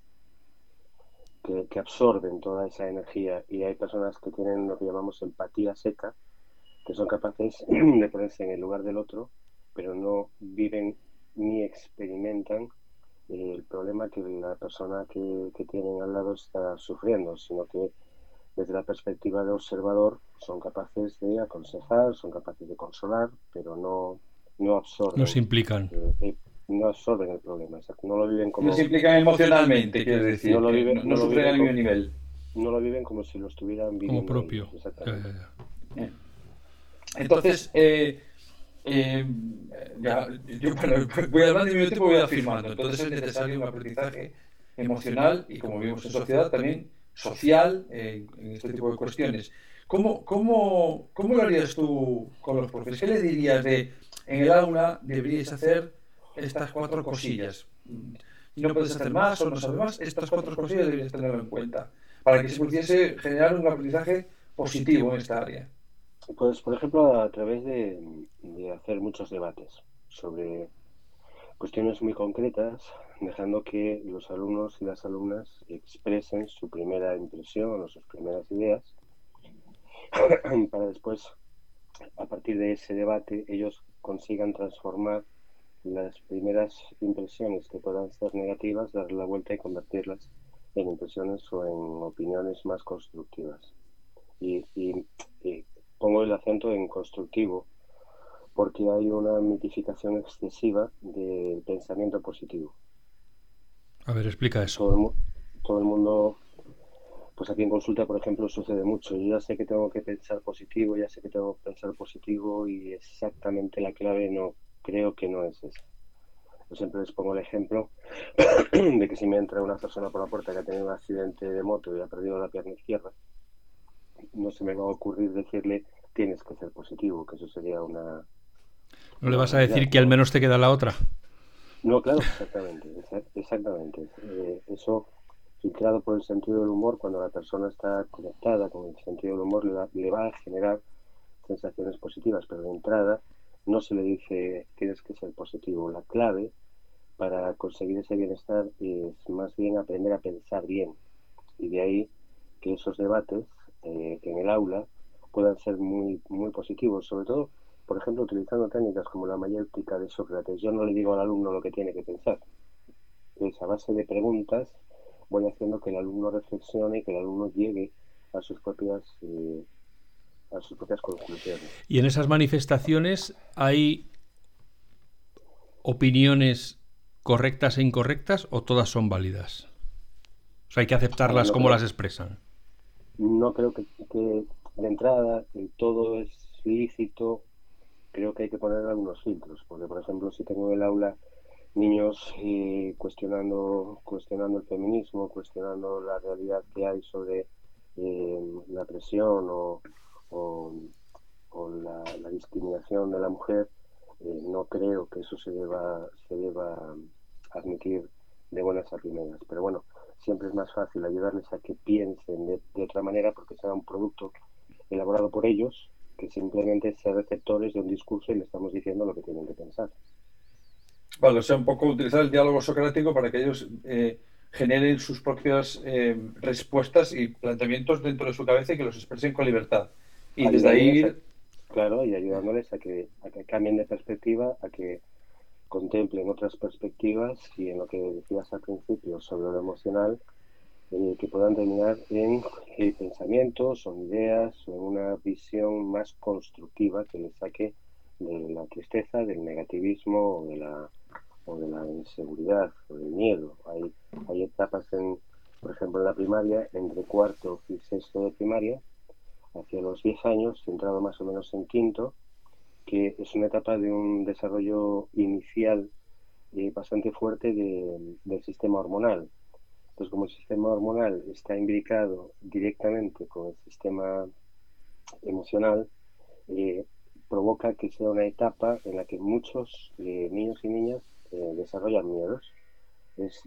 que absorben toda esa energía, y hay personas que tienen lo que llamamos empatía seca, que son capaces de ponerse en el lugar del otro, pero no viven ni experimentan el problema que la persona que tienen al lado está sufriendo, sino que desde la perspectiva de observador son capaces de aconsejar, son capaces de consolar, pero no No se absorben, implican. no absorben el problema, exacto. No lo viven No se como, implican emocionalmente, quiero no decir, lo que viven, no sufren al mismo nivel. no lo viven como si lo estuvieran Como viviendo ellos, propio. exactamente. Eh, Entonces, eh, ya, yo bueno, voy hablando y mi tiempo voy afirmando. Entonces es necesario un aprendizaje emocional y, como vivimos en sociedad, también social en este tipo de cuestiones. ¿Cómo lo harías tú con los profesores? ¿Qué le dirías de en el aula deberíais hacer estas cuatro cosillas? Y no puedes hacer más o no sabes más, estas cuatro cosillas deberías tenerlo en cuenta para que se pudiese generar un aprendizaje positivo en esta área. Pues, por ejemplo, a través de hacer muchos debates sobre cuestiones muy concretas, dejando que los alumnos y las alumnas expresen su primera impresión o sus primeras ideas, para después, a partir de ese debate, ellos consigan transformar las primeras impresiones que puedan ser negativas, darle la vuelta y convertirlas en impresiones o en opiniones más constructivas. Y pongo el acento en constructivo porque hay una mitificación excesiva del pensamiento positivo. A ver, explica eso. Todo el mundo, pues aquí en consulta, por ejemplo, sucede mucho. Yo ya sé que tengo que pensar positivo, ya sé que tengo que pensar positivo, y exactamente la clave no creo que no es esa. Yo siempre les pongo el ejemplo de que si me entra una persona por la puerta que ha tenido un accidente de moto y ha perdido la pierna izquierda, no se me va a ocurrir decirle tienes que ser positivo, que eso sería ¿No le una vas a barbaridad, decir que al ¿no? menos te queda la otra? No, claro, exactamente, exactamente. Eso, filtrado por el sentido del humor, cuando la persona está conectada con el sentido del humor, le va a generar sensaciones positivas, pero de entrada no se le dice tienes que ser positivo. La clave para conseguir ese bienestar es más bien aprender a pensar bien, y de ahí que esos debates en el aula puedan ser muy, muy positivos, sobre todo, por ejemplo, utilizando técnicas como la mayéutica de Sócrates. Yo no le digo al alumno lo que tiene que pensar, es a base de preguntas voy haciendo que el alumno reflexione y que el alumno llegue a a sus propias conclusiones. Y en esas manifestaciones hay opiniones correctas e incorrectas, o todas son válidas. O sea, hay que A ver, aceptarlas como las expresan. no creo que de entrada el todo es lícito. Creo que hay que poner algunos filtros, porque por ejemplo, si tengo en el aula niños cuestionando el feminismo, cuestionando la realidad que hay sobre la presión o la discriminación de la mujer, No creo que eso se deba admitir de buenas a primeras. Pero bueno, siempre es más fácil ayudarles a que piensen de otra manera porque será un producto elaborado por ellos que simplemente ser receptores de un discurso y le estamos diciendo lo que tienen que pensar. Vale, o sea, un poco utilizar el diálogo socrático para que ellos generen sus propias respuestas y planteamientos dentro de su cabeza y que los expresen con libertad. Y desde ahí... Claro, y ayudándoles a que cambien de perspectiva, a que contemplen otras perspectivas y en lo que decías al principio sobre lo emocional, que puedan terminar en pensamientos o ideas o en una visión más constructiva que les saque de la tristeza, del negativismo o de la inseguridad o del miedo. Hay etapas, por ejemplo, en la primaria, entre cuarto y sexto de primaria, hacia los 10 años, centrado más o menos en quinto, que es una etapa de un desarrollo inicial bastante fuerte del sistema hormonal. Entonces, como el sistema hormonal está imbricado directamente con el sistema emocional, provoca que sea una etapa en la que muchos niños y niñas desarrollan miedos. Es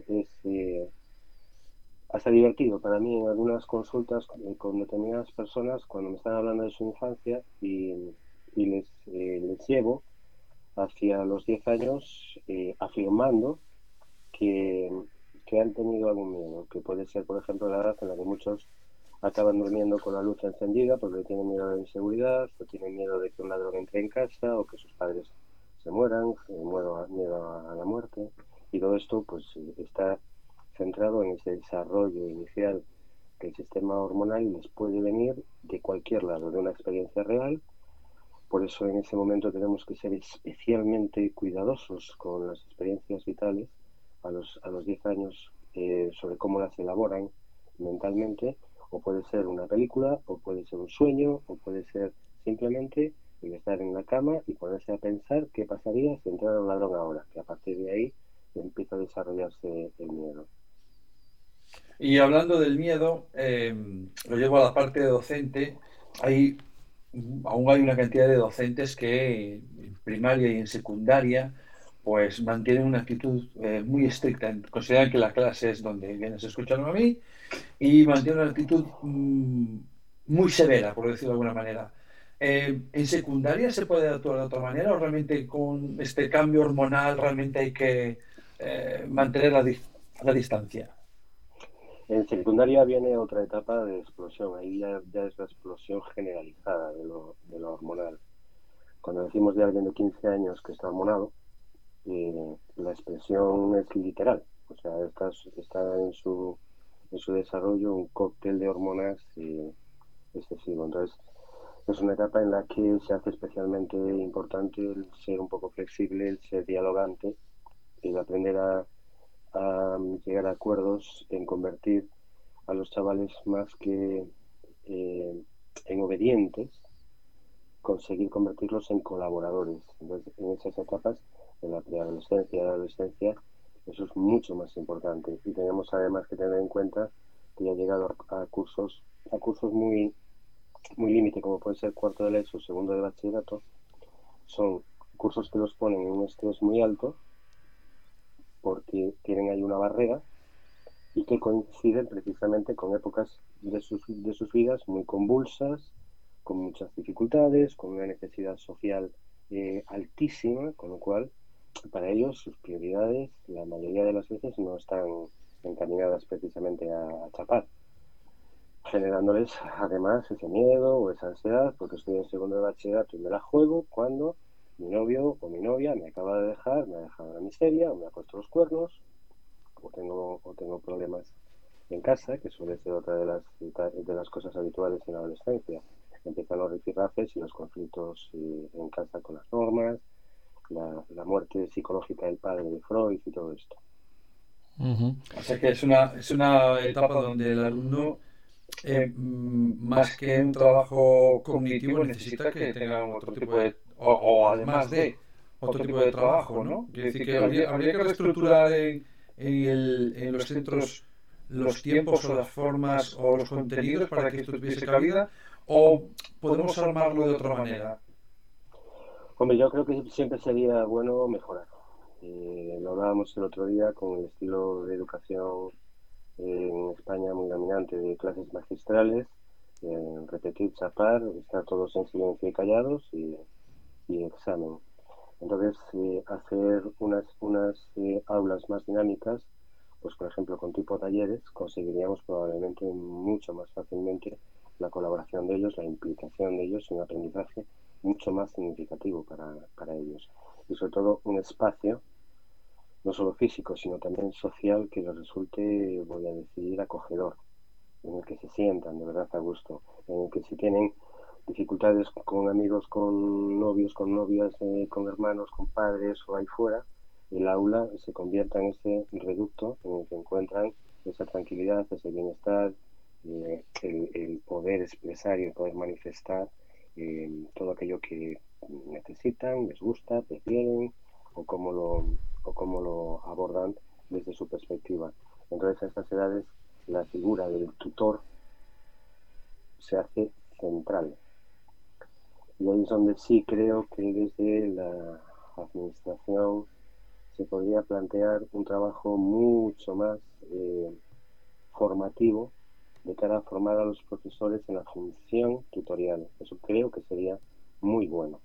hasta divertido para mí en algunas consultas con determinadas personas cuando me están hablando de su infancia y les llevo hacia los 10 años afirmando que han tenido algún miedo, que puede ser, por ejemplo, la edad en la que muchos acaban durmiendo con la luz encendida porque tienen miedo de la inseguridad, o tienen miedo de que un ladrón entre en casa, o que sus padres se mueran, miedo a la muerte, y todo esto pues está centrado en ese desarrollo inicial del sistema hormonal y les puede venir de cualquier lado, de una experiencia real. Por eso en ese momento tenemos que ser especialmente cuidadosos con las experiencias vitales a los 10 años sobre cómo las elaboran mentalmente, o puede ser una película, o puede ser un sueño, o puede ser simplemente el estar en la cama y ponerse a pensar qué pasaría si entrara un ladrón ahora, que a partir de ahí empieza a desarrollarse el miedo. Y hablando del miedo, lo llevo a la parte de docente. Aún hay una cantidad de docentes que en primaria y en secundaria pues mantienen una actitud muy estricta. Consideran que la clase es donde vienes a escucharme a mí y mantienen una actitud muy severa, por decirlo de alguna manera. ¿En secundaria se puede actuar de otra manera o realmente con este cambio hormonal realmente hay que mantener la distancia? En secundaria viene otra etapa de explosión, ahí ya es la explosión generalizada de lo hormonal. Cuando decimos de alguien de 15 años que está hormonado, la expresión es literal, o sea, está en su desarrollo un cóctel de hormonas excesivo. Entonces, es una etapa en la que se hace especialmente importante el ser un poco flexible, el ser dialogante, el aprender a llegar a acuerdos, en convertir a los chavales más que en obedientes, conseguir convertirlos en colaboradores. Entonces, en esas etapas, en la preadolescencia y la adolescencia, eso es mucho más importante. Y tenemos además que tener en cuenta que ya ha llegado a cursos muy, muy límite, como puede ser cuarto de la ESO, segundo de bachillerato. Son cursos que los ponen en un estrés muy alto porque tienen ahí una barrera y que coinciden precisamente con épocas de sus vidas muy convulsas, con muchas dificultades, con una necesidad social altísima, con lo cual para ellos sus prioridades la mayoría de las veces no están encaminadas precisamente a chapar, generándoles además ese miedo o esa ansiedad porque estoy en segundo de bachillerato y me la juego cuando mi novio o mi novia me acaba de dejar, me ha dejado en la miseria o me ha puesto los cuernos o tengo problemas en casa, que suele ser otra de las cosas habituales en la adolescencia. Empiezan los rifirrafes y los conflictos en casa con las normas, la muerte psicológica del padre de Freud y todo esto. O sea que es una etapa donde el alumno, más que un trabajo cognitivo, necesita que tenga otro tipo de, o además de otro tipo de trabajo, ¿no? Quiere decir que habría que reestructurar en los centros los tiempos o las formas o los contenidos para que esto tuviese cabida, o podemos armarlo de otra manera. Hombre, yo creo que siempre sería bueno mejorar. Lo hablábamos el otro día con el estilo de educación en España muy dominante de clases magistrales, repetir, chapar, estar todos en silencio y callados y examen. Entonces, hacer unas aulas más dinámicas, pues por ejemplo con tipo talleres, conseguiríamos probablemente mucho más fácilmente la colaboración de ellos, la implicación de ellos y un aprendizaje mucho más significativo para ellos. Y sobre todo un espacio, no solo físico, sino también social, que les resulte, voy a decir, acogedor, en el que se sientan de verdad a gusto, en el que si tienen dificultades con amigos, con novios, con novias, con hermanos, con padres o ahí fuera, el aula se convierta en ese reducto en el que encuentran esa tranquilidad, ese bienestar, el poder expresar y el poder manifestar todo aquello que necesitan, les gusta, prefieren o cómo lo abordan desde su perspectiva. Entonces, a estas edades, la figura del tutor se hace central. Y ahí es donde sí creo que desde la administración se podría plantear un trabajo mucho más formativo de cara a formar a los profesores en la función tutorial. Eso creo que sería muy bueno.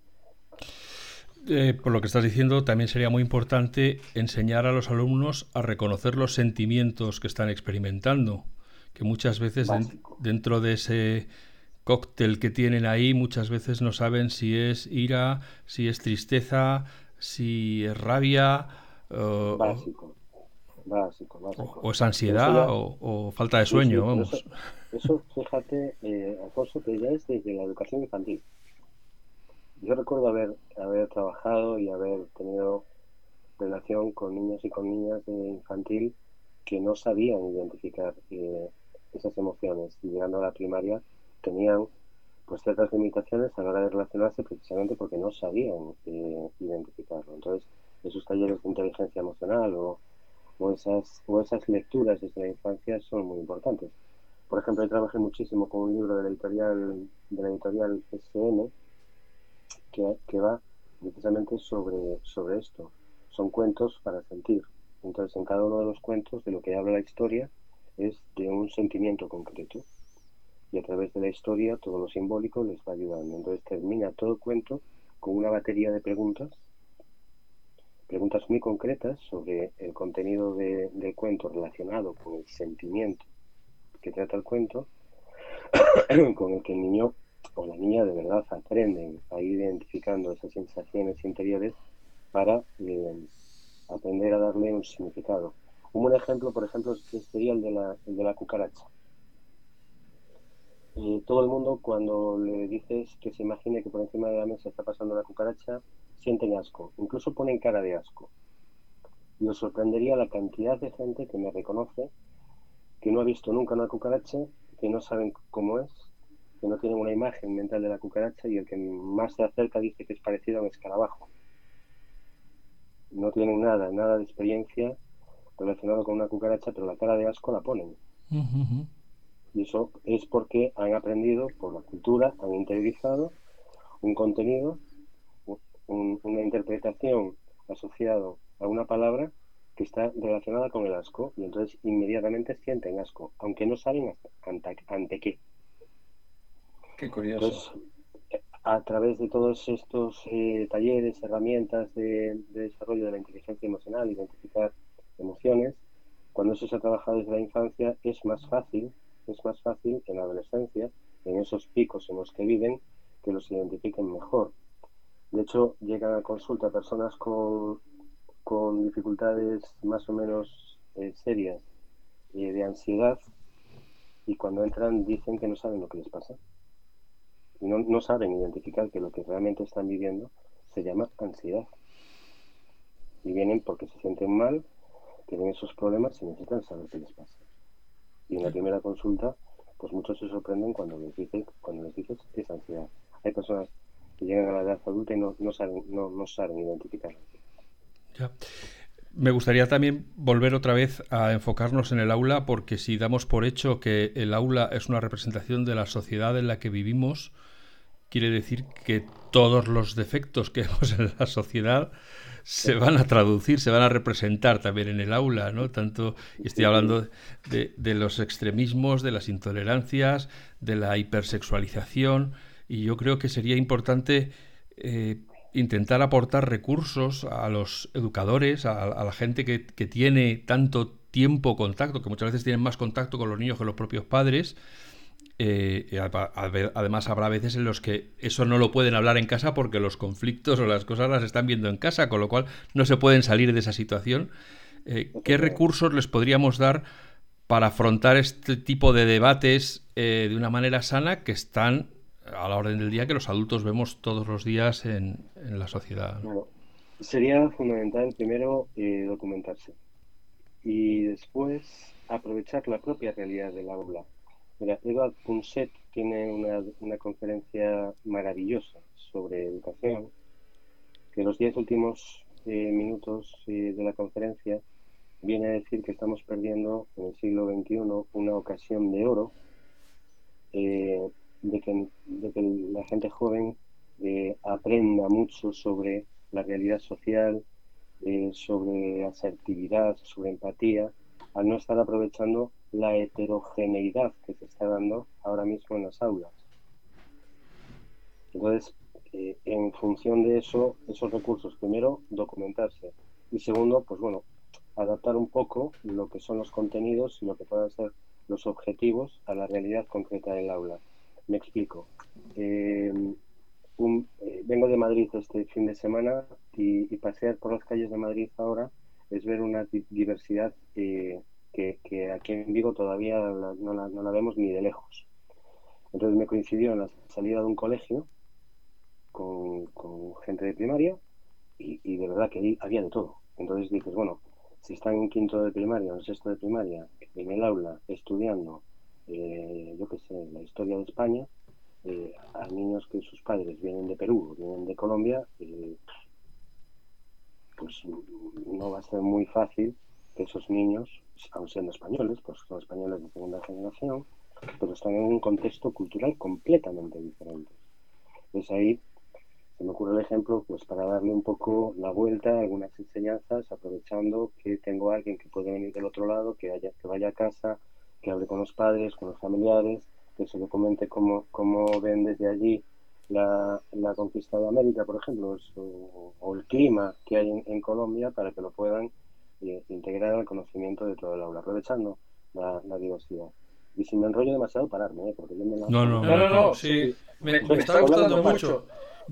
Por lo que estás diciendo, también sería muy importante enseñar a los alumnos a reconocer los sentimientos que están experimentando, que muchas veces dentro de ese cóctel que tienen ahí, muchas veces no saben si es ira, si es tristeza, si es rabia, básico. O es ansiedad o falta de sueño, vamos. Eso fíjate, Alfonso, que ya es desde la educación infantil. Yo recuerdo haber trabajado y haber tenido relación con niños y con niñas de infantil que no sabían identificar esas emociones, y llegando a la primaria tenían pues ciertas limitaciones a la hora de relacionarse precisamente porque no sabían identificarlo. Entonces, esos talleres de inteligencia emocional o esas lecturas desde la infancia son muy importantes. Por ejemplo, yo trabajé muchísimo con un libro de la editorial SN que va precisamente sobre esto. Son cuentos para sentir. Entonces, en cada uno de los cuentos de lo que habla la historia es de un sentimiento concreto. Y a través de la historia, todo lo simbólico les va ayudando. Entonces, termina todo el cuento con una batería de preguntas muy concretas sobre el contenido del cuento relacionado con el sentimiento que trata el cuento, con el que el niño o la niña de verdad aprenden a ir identificando esas sensaciones interiores para aprender a darle un significado. Un buen ejemplo, por ejemplo, sería el de la cucaracha. Todo el mundo, cuando le dices que se imagine que por encima de la mesa está pasando una cucaracha, sienten asco, incluso ponen cara de asco. Y os sorprendería la cantidad de gente que me reconoce que no ha visto nunca una cucaracha, que no saben cómo es, que no tienen una imagen mental de la cucaracha, y el que más se acerca dice que es parecido a un escarabajo. No tienen nada de experiencia relacionado con una cucaracha, pero la cara de asco la ponen. Uh-huh. Y eso es porque han aprendido por la cultura, han interiorizado un contenido, una interpretación asociado a una palabra que está relacionada con el asco, y entonces inmediatamente sienten asco, aunque no saben ante qué. Qué curioso. Entonces, a través de todos estos talleres, herramientas de desarrollo de la inteligencia emocional, identificar emociones, cuando eso se ha trabajado desde la infancia, es más fácil en la adolescencia, en esos picos en los que viven, que los identifiquen mejor. De hecho, llegan a consulta personas con dificultades más o menos serias de ansiedad, y cuando entran dicen que no saben lo que les pasa. Y no saben identificar que lo que realmente están viviendo se llama ansiedad. Y vienen porque se sienten mal, tienen esos problemas y necesitan saber qué les pasa. Y en la primera consulta, pues muchos se sorprenden cuando les dices que es ansiedad. Hay personas que llegan a la edad adulta y no saben identificarlo. Ya. Me gustaría también volver otra vez a enfocarnos en el aula, porque si damos por hecho que el aula es una representación de la sociedad en la que vivimos, quiere decir que todos los defectos que vemos en la sociedad se van a traducir, se van a representar también en el aula, ¿no? Tanto, estoy hablando de los extremismos, de las intolerancias, de la hipersexualización, y yo creo que sería importante intentar aportar recursos a los educadores, a la gente que tiene tanto tiempo contacto, que muchas veces tienen más contacto con los niños que los propios padres. Además habrá veces en los que eso no lo pueden hablar en casa porque los conflictos o las cosas las están viendo en casa, con lo cual no se pueden salir de esa situación. ¿Qué recursos les podríamos dar para afrontar este tipo de debates de una manera sana que están a la orden del día, que los adultos vemos todos los días en la sociedad? Bueno, sería fundamental primero documentarse y después aprovechar la propia realidad del aula. Mira, Edward Punset tiene una conferencia maravillosa sobre educación, que los 10 últimos minutos de la conferencia viene a decir que estamos perdiendo en el siglo XXI una ocasión de oro, de que la gente joven aprenda mucho sobre la realidad social, sobre asertividad, sobre empatía, al no estar aprovechando la heterogeneidad que se está dando ahora mismo en las aulas. Entonces, en función de eso, esos recursos, primero, documentarse, y segundo, pues bueno, adaptar un poco lo que son los contenidos y lo que puedan ser los objetivos a la realidad concreta del aula. Me explico. Vengo de Madrid este fin de semana y pasear por las calles de Madrid ahora es ver una diversidad que aquí en Vigo todavía no la vemos ni de lejos. Entonces me coincidió en la salida de un colegio con gente de primaria y de verdad que ahí había de todo. Entonces dices, bueno, si están en quinto de primaria o en sexto de primaria en el aula estudiando, yo qué sé, la historia de España, a niños que sus padres vienen de Perú, vienen de Colombia, pues no va a ser muy fácil que esos niños, aun siendo españoles, pues son españoles de segunda generación, pero están en un contexto cultural completamente diferente. Entonces ahí se me ocurre el ejemplo, pues para darle un poco la vuelta a algunas enseñanzas, aprovechando que tengo a alguien que puede venir del otro lado, que vaya a casa, que hable con los padres, con los familiares, que se le comente cómo ven desde allí la conquista de América, por ejemplo, o el clima que hay en Colombia, para que lo puedan integrar al conocimiento de todo el aula, aprovechando la diversidad. Y si me enrollo demasiado, pararme, porque yo me No, lanzo. no, No, sí, me está gustando mucho.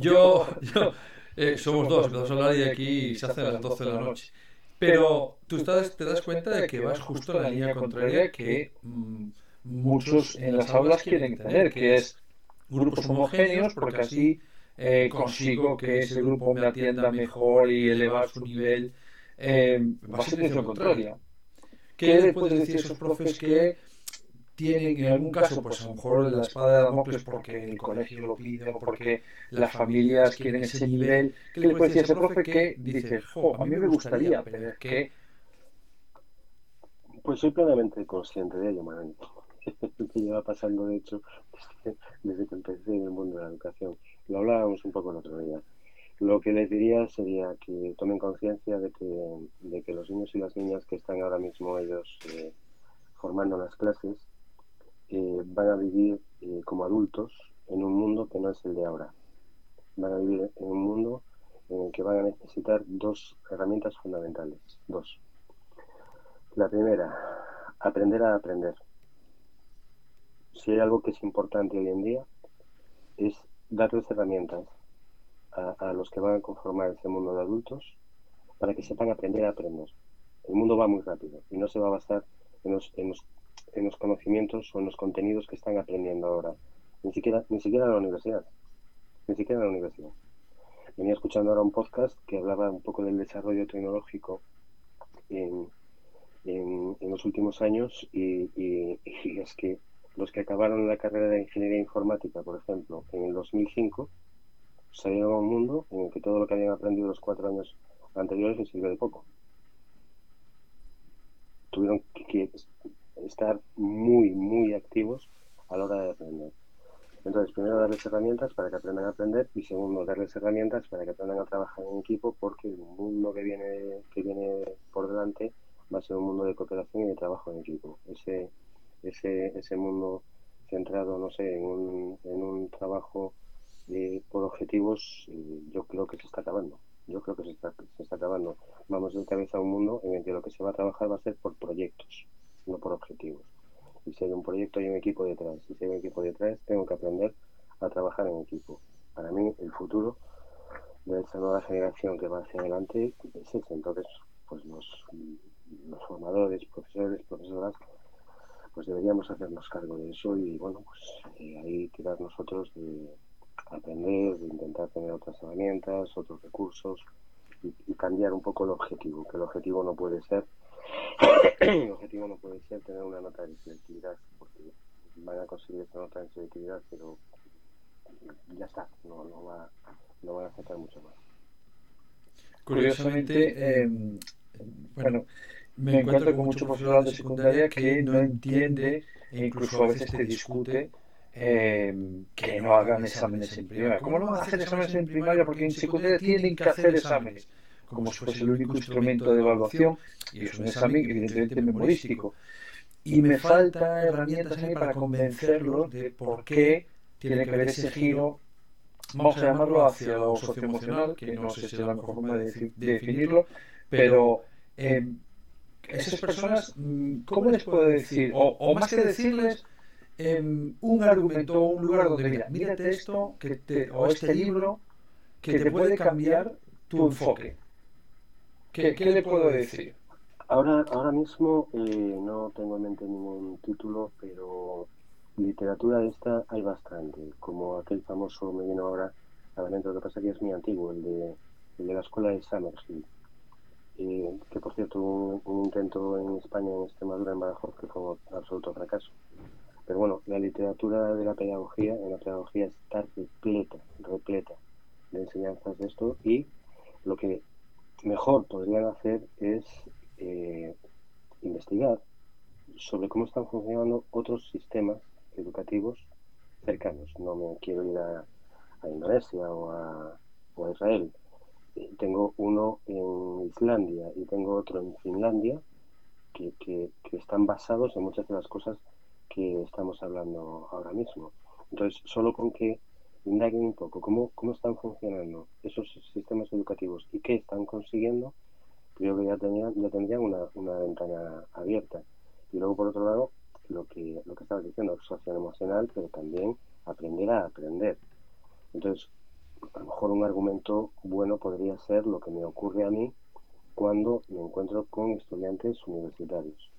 Somos dos, empezamos a hablar y aquí se hace a las 12 de la noche. Pero te das cuenta de que vas justo en la línea contraria que muchos en las aulas quieren tener, que es grupos homogéneos, porque así consigo que ese grupo me atienda mejor y elevar su nivel. Va a ser dirección contraria. ¿Qué le puedes decir a esos profes que tienen en algún caso, pues a lo mejor la espada de Damocles porque el colegio lo pide o porque las familias quieren ese nivel? ¿Qué le puedes decir a ese profe que dice, jo, a mí me gustaría, pero es que... Pues soy plenamente consciente de ello, Manuel. Que lleva pasando, de hecho, desde que empecé en el mundo de la educación. Lo hablábamos un poco el otro día. Lo que les diría sería que tomen conciencia de que los niños y las niñas que están ahora mismo ellos formando las clases van a vivir como adultos en un mundo que no es el de ahora. Van a vivir en un mundo en el que van a necesitar dos herramientas fundamentales. Dos. La primera, aprender a aprender. Si hay algo que es importante hoy en día, es darles herramientas a los que van a conformar ese mundo de adultos para que sepan aprender a aprender. El mundo va muy rápido y no se va a basar en los conocimientos o en los contenidos que están aprendiendo ahora. Ni siquiera en la universidad. Ni siquiera en la universidad. Venía escuchando ahora un podcast que hablaba un poco del desarrollo tecnológico en los últimos años y es que los que acabaron la carrera de ingeniería informática, por ejemplo, en el 2005, salieron a un mundo en el que todo lo que habían aprendido los 4 años anteriores les sirvió de poco. Tuvieron que estar muy, muy activos a la hora de aprender. Entonces, primero darles herramientas para que aprendan a aprender y segundo, darles herramientas para que aprendan a trabajar en equipo porque el mundo que viene por delante va a ser un mundo de cooperación y de trabajo en equipo. Ese mundo centrado, no sé, en un trabajo por objetivos, yo creo que se está acabando. Yo creo que se está acabando. Vamos de cabeza a un mundo en el que lo que se va a trabajar va a ser por proyectos, no por objetivos. Y si hay un proyecto, hay un equipo detrás. Y si hay un equipo detrás, tengo que aprender a trabajar en equipo. Para mí, el futuro de esta nueva generación que va hacia adelante es ese. Entonces, pues los formadores, profesores, profesoras, pues deberíamos hacernos cargo de eso y, bueno, pues ahí tirar nosotros de aprender, de intentar tener otras herramientas, otros recursos y cambiar un poco el objetivo, que el objetivo no puede ser tener una nota de selectividad, porque van a conseguir esa nota de selectividad, pero ya está, no van a sacar mucho más. Curiosamente, bueno, me encuentro con mucho profesorado de secundaria que no entiende e incluso a veces te discute que no hagan exámenes en primaria. ¿Cómo no van a hacer exámenes en primaria? Porque en secundaria tienen que hacer exámenes, como si fuese el único instrumento de evaluación, y es un examen evidentemente memorístico. Y me faltan herramientas a mí para convencerlos de por qué tiene que haber ese giro, vamos a llamarlo hacia lo socioemocional, que no sé si es la mejor forma de definirlo, pero esas personas, ¿cómo les puedo decir? O más que decirles, un argumento o un lugar donde, mira, mírate esto o este libro que te puede cambiar tu enfoque. ¿Qué le puedo decir? Ahora mismo no tengo en mente ningún título, pero literatura de esta hay bastante, como aquel famoso, me viene ahora a la mente, lo que pasa que es muy antiguo, el de la escuela de Summerhill, que por cierto un intento en España, en Extremadura, en Badajoz, que fue un absoluto fracaso. Pero bueno, la literatura de la pedagogía, en la pedagogía está repleta de enseñanzas de esto y lo que mejor podrían hacer es investigar sobre cómo están funcionando otros sistemas educativos cercanos. No me quiero ir a Indonesia o a Israel. Tengo uno en Islandia y tengo otro en Finlandia que están basados en muchas de las cosas que estamos hablando ahora mismo. Entonces, solo con que indaguen un poco cómo están funcionando esos sistemas educativos y qué están consiguiendo, creo que ya tendrían una ventana abierta. Y luego, por otro lado, lo que estabas diciendo, socioemocional, pero también aprender a aprender. Entonces, a lo mejor un argumento bueno podría ser lo que me ocurre a mí cuando me encuentro con estudiantes universitarios.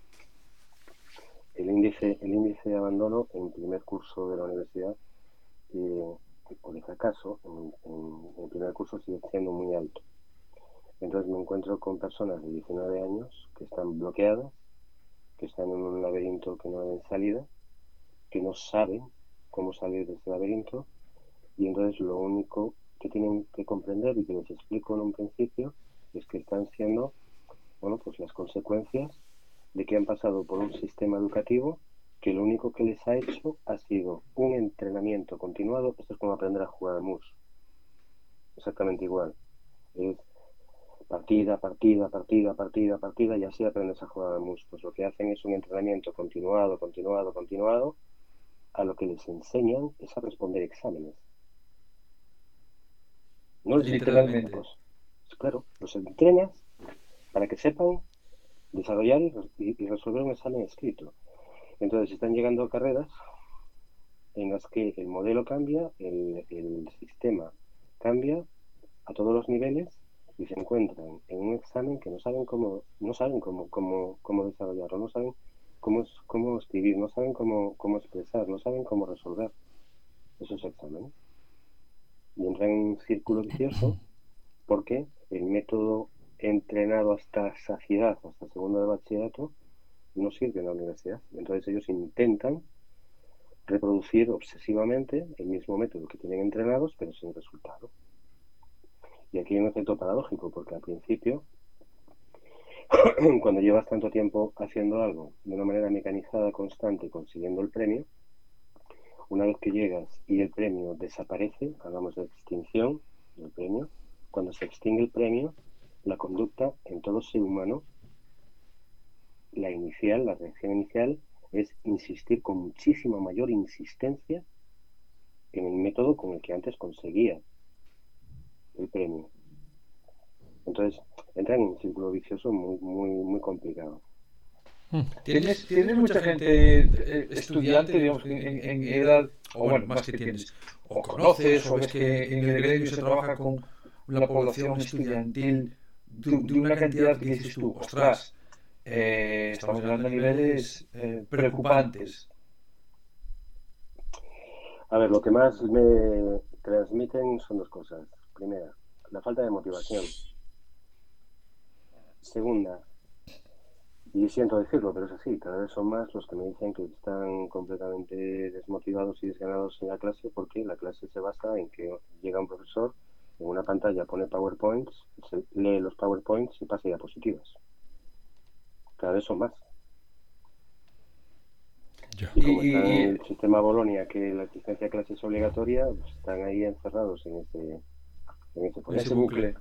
El índice de abandono en primer curso de la universidad o de fracaso en primer curso sigue siendo muy alto. Entonces me encuentro con personas de 19 años que están bloqueadas, que están en un laberinto que no ven salida, que no saben cómo salir de ese laberinto y entonces lo único que tienen que comprender y que les explico en un principio es que están siendo, bueno, pues las consecuencias de que han pasado por un sistema educativo que lo único que les ha hecho ha sido un entrenamiento continuado. Esto es como aprender a jugar al mus. Exactamente igual. Es partida, y así aprendes a jugar al mus. Pues lo que hacen es un entrenamiento continuado, a lo que les enseñan es a responder exámenes. No les enseñan métodos. Claro, los entrenas para que sepan desarrollar y resolver un examen escrito. Entonces están llegando a carreras en las que el modelo cambia, el sistema cambia a todos los niveles y se encuentran en un examen que no saben cómo desarrollarlo, no saben cómo escribir, no saben cómo expresar, no saben cómo resolver esos exámenes. Y entran en un círculo vicioso porque el método entrenado hasta saciedad, hasta segundo de bachillerato, no sirve en la universidad. Entonces ellos intentan reproducir obsesivamente el mismo método que tienen entrenados, pero sin resultado. Y aquí hay un efecto paradójico, porque al principio, cuando llevas tanto tiempo haciendo algo de una manera mecanizada, constante, consiguiendo el premio, Una vez que llegas y el premio desaparece, hablamos de extinción del premio, cuando se extingue el premio, la conducta en todo ser humano, la reacción inicial, es insistir con muchísima mayor insistencia en el método con el que antes conseguía el premio. Entonces, entra en un círculo vicioso muy complicado. ¿Tienes mucha gente estudiante, digamos, en edad, o bueno, más que tienes, o conoces, o ves que en el gremio se trabaja con una población estudiantil de una cantidad que dices tú, ostras, estamos llegando a niveles preocupantes? A ver, lo que más me transmiten son dos cosas. Primera, la falta de motivación. Segunda, y siento decirlo, pero es así, cada vez son más los que me dicen que están completamente desmotivados y desganados en la clase porque la clase se basa en que llega un profesor, en una pantalla pone PowerPoints, se lee los PowerPoints y pasa diapositivas. Cada vez son más. Y como están en el sistema Bolonia, que la asistencia a clase es obligatoria, pues están ahí encerrados en ese bucle.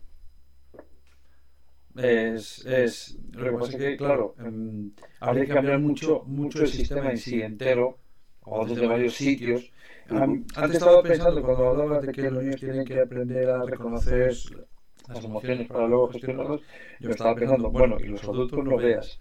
Lo que pasa es que, claro, habría que cambiar mucho el sistema en sí entero, o desde varios sitios. Antes estaba pensando, cuando hablabas de que los niños tienen que aprender a reconocer las emociones para luego gestionarlas, yo estaba pensando, bueno, y los adultos no veas.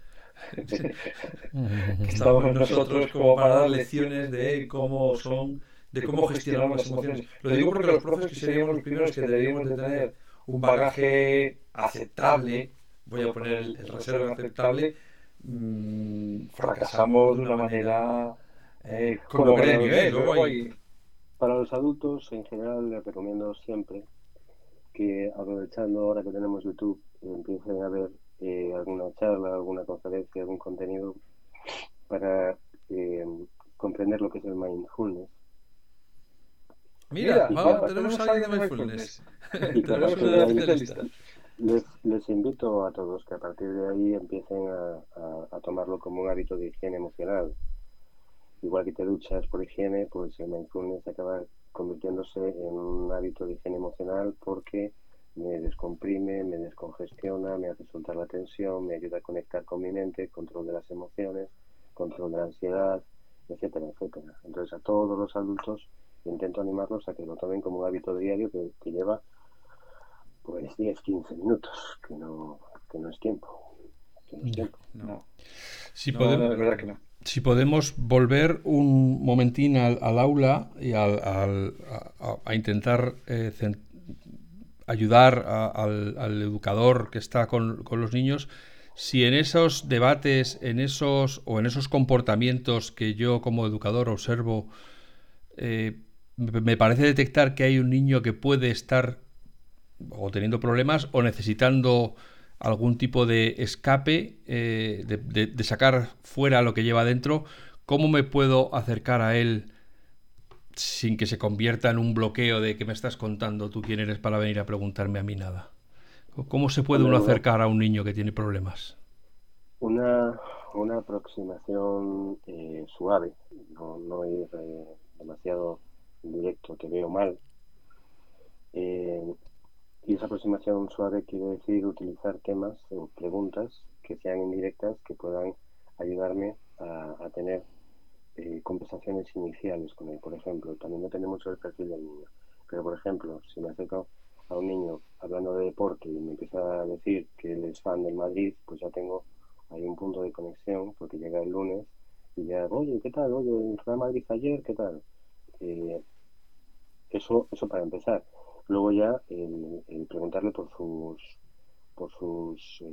Que estamos nosotros como para dar lecciones de cómo son, de cómo gestionamos las emociones. Lo digo porque los profes, que seríamos los primeros que deberíamos de tener un bagaje aceptable, voy a poner el reserva aceptable, fracasamos de una manera como gremio, luego hay... Para los adultos en general les recomiendo siempre que, aprovechando ahora que tenemos YouTube, empiecen a ver alguna charla, alguna conferencia, algún contenido para comprender lo que es el mindfulness. Mira, tenemos a alguien de mindfulness. Tenemos un especialista. Les invito a todos que a partir de ahí empiecen a tomarlo como un hábito de higiene emocional. Igual que te duchas por higiene, pues el mindfulness acaba convirtiéndose en un hábito de higiene emocional porque me descomprime, me descongestiona, me hace soltar la tensión, me ayuda a conectar con mi mente, control de las emociones, control de la ansiedad, etcétera, etcétera. Entonces a todos los adultos intento animarlos a que lo tomen como un hábito diario que lleva pues 10-15 minutos, que no es tiempo. No. Si No, es verdad que no. Si podemos volver un momentín al aula y a intentar ayudar al educador que está con los niños, si en esos debates, en esos comportamientos que yo como educador observo, me parece detectar que hay un niño que puede estar o teniendo problemas o necesitando algún tipo de escape, de sacar fuera lo que lleva dentro, ¿cómo me puedo acercar a él sin que se convierta en un bloqueo de que me estás contando tú quién eres para venir a preguntarme a mí nada? ¿Cómo se puede uno acercar a un niño que tiene problemas? Una aproximación suave, no ir demasiado directo, te veo mal. Y esa aproximación suave quiere decir utilizar temas o preguntas que sean indirectas, que puedan ayudarme a tener conversaciones iniciales con él. Por ejemplo, también depende mucho del perfil del niño. Pero, por ejemplo, si me acerco a un niño hablando de deporte y me empieza a decir que él es fan del Madrid, pues ya tengo ahí un punto de conexión, porque llega el lunes y ya, oye, ¿qué tal? Oye, el Real Madrid ayer, ¿qué tal? Eso para empezar. Luego ya el preguntarle por sus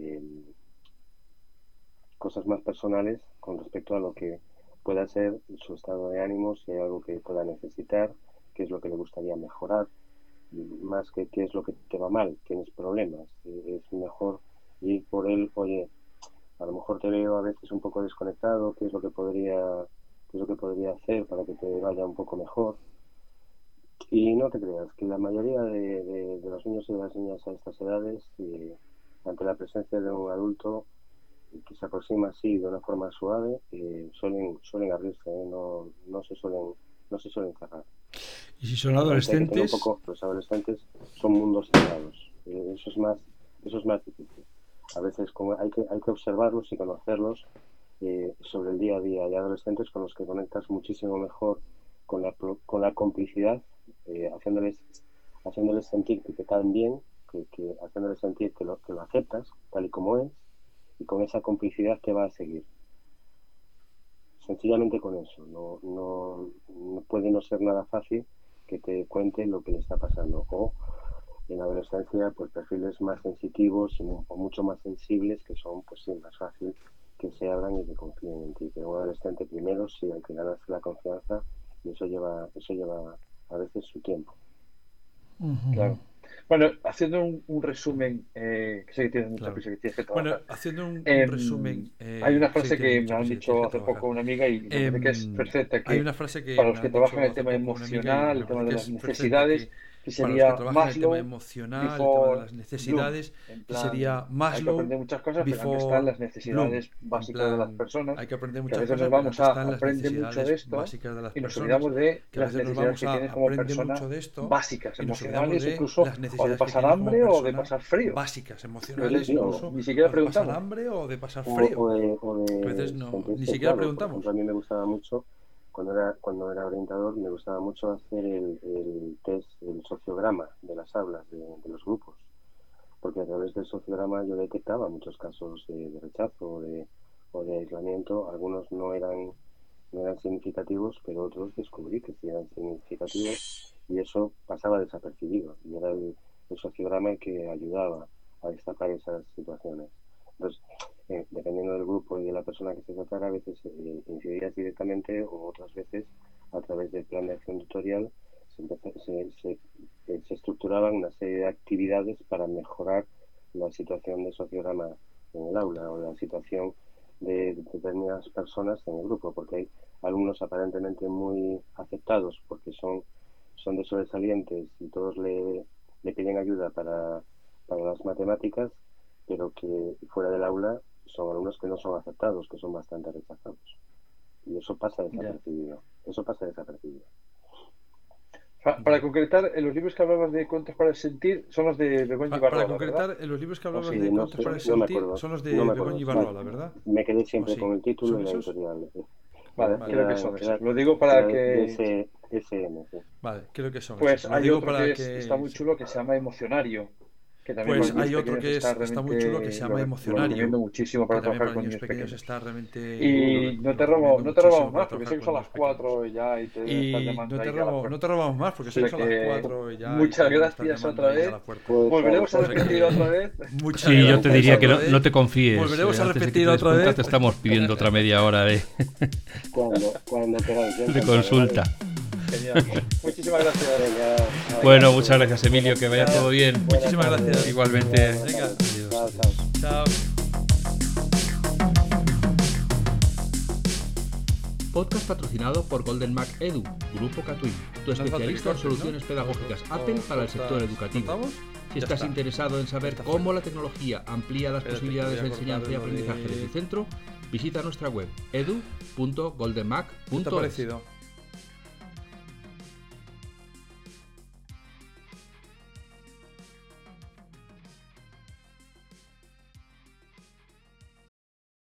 cosas más personales con respecto a lo que pueda ser su estado de ánimo, si hay algo que pueda necesitar, qué es lo que le gustaría mejorar, más que qué es lo que te va mal, tienes problemas. Es mejor ir por él, oye, a lo mejor te veo a veces un poco desconectado, qué es lo que podría hacer para que te vaya un poco mejor. Y no te creas, que la mayoría de los niños y de las niñas a estas edades, ante la presencia de un adulto que se aproxima así de una forma suave, suelen abrirse, no se suelen no se suelen cerrar. ¿Y si son Hay que adolescentes? tener un poco, los adolescentes son mundos cerrados. Eso es más difícil. A veces hay que observarlos y conocerlos sobre el día a día. Hay adolescentes con los que conectas muchísimo mejor con la complicidad, haciéndoles sentir que te caen bien, haciéndoles sentir que lo aceptas tal y como es, y con esa complicidad que va a seguir. Sencillamente con eso. No puede no ser nada fácil que te cuente lo que le está pasando. O en la adolescencia, pues perfiles más sensitivos o mucho más sensibles, que son, pues sí, más fácil que se abran y que confíen en ti. Pero un adolescente primero sí hay que ganarse la confianza, y eso lleva a veces su tiempo. Claro. Bueno, haciendo un resumen, que sé que tienes mucha Claro. prisa, que tienes que trabajar. Bueno, haciendo un resumen. Hay una sé frase tienes que mucha me han prisa y dicho tienes que hace trabajar. poco una amiga y me parece que es perfecta, Hay que una frase que para los me que han trabajan dicho el hace tema poco una amiga y emocional, me el tema parece de que las es perfecta, necesidades, que que para los que sería trabajan el tema Maslow emocional, el tema de before las Bloom. necesidades, En que sería plan, hay que Maslow aprender muchas cosas, pero antes están before las Bloom. necesidades En básicas de las plan, personas, hay que aprender que a muchas veces nos cosas, pero vamos antes a están las aprender mucho de necesidades esto básicas de las y nos personas, olvidamos de que a las veces nos necesidades vamos que a tienes como aprender persona mucho de esto básicas, y nos olvidamos emocionales, de incluso las o de necesidades que pasar tienes como hambre o de persona pasar frío. básicas, A emocionales, veces incluso, ni siquiera o de pasar preguntamos. hambre o de pasar O frío. A veces de no, ni sentirse siquiera claro. Por preguntamos. ejemplo, a mí me gustaba mucho, cuando era orientador, me gustaba mucho hacer el test, el sociograma de las aulas, de los grupos, porque a través del sociograma yo detectaba muchos casos de rechazo o de aislamiento. Algunos no eran significativos, pero otros descubrí que sí eran significativos, y eso pasaba desapercibido, y era el sociograma el que ayudaba a destapar esas situaciones. Entonces, dependiendo del grupo y de la persona que se tratara, a veces incidías directamente, o otras veces a través del plan de acción tutorial se estructuraban una serie de actividades para mejorar la situación de sociograma en el aula, o la situación de determinadas personas en el grupo, porque hay alumnos aparentemente muy aceptados porque son de sobresalientes y todos le piden ayuda para las matemáticas, pero que fuera del aula son alumnos que no son aceptados, que son bastante rechazados. Y eso pasa desapercibido. Eso pasa desapercibido. Para concretar, los libros que hablabas de Cuentos para el Sentir son los de Begoña Para Ibarrola, concretar, ¿verdad? los libros que hablabas Sí, de no Cuentos sé, para el no me Sentir acuerdo. son los No de me Begoña acuerdo. Ibarrola, ¿verdad? Me quedé siempre ¿O sí? con el título ¿Son y la esos? editorial. Vale, creo que son esos. Lo digo para Era que... SM, sí. Vale, creo que son Pues esos. Lo hay digo otro para que está muy sí. chulo, que se llama Emocionario, que también Pues para niños hay otro pequeños que está está muy chulo que realmente... se llama Lo Emocionario, recomiendo muchísimo que para también trabajar para con niños niños pequeños pequeños. está realmente... Y lo recomiendo no te robamos muchísimo más, para porque trabajar sé que con son niños las pequeños. 4 ya y te deben estar Y llamando ahí ya a la no puerta. te robamos más, porque sé Así que son las que 4 ya y muchas te deben estar gracias llamando otra ahí a vez. la puerta. Pues Volveremos a claro, repetir otra vez. Muchas Sí, yo te gracias diría que otra vez. no te confíes. Volveremos a Antes de que repetir te des otra cuenta, vez. te estamos pidiendo otra media hora cuando queráis. Yo de encantado, consulta. ¿vale? Genial. Muchísimas gracias. Venga, Bueno, muchas gracias, Emilio, que vaya todo bien. Muchísimas gracias. Igualmente. Venga. Chao, chao. Chao. Podcast patrocinado por Golden Mac Edu, Grupo Catwin, tu hace falta que especialista en cortes, soluciones ¿no? pedagógicas O Apple para el corta- sector educativo. ¿cortamos? Si Ya estás está. interesado en saber Está cómo la tecnología amplía las Espérate, posibilidades de voy a enseñanza y cortar lo aprendizaje de de- tu centro, visita nuestra web ¿Qué te ha edu.goldenmac.es. parecido?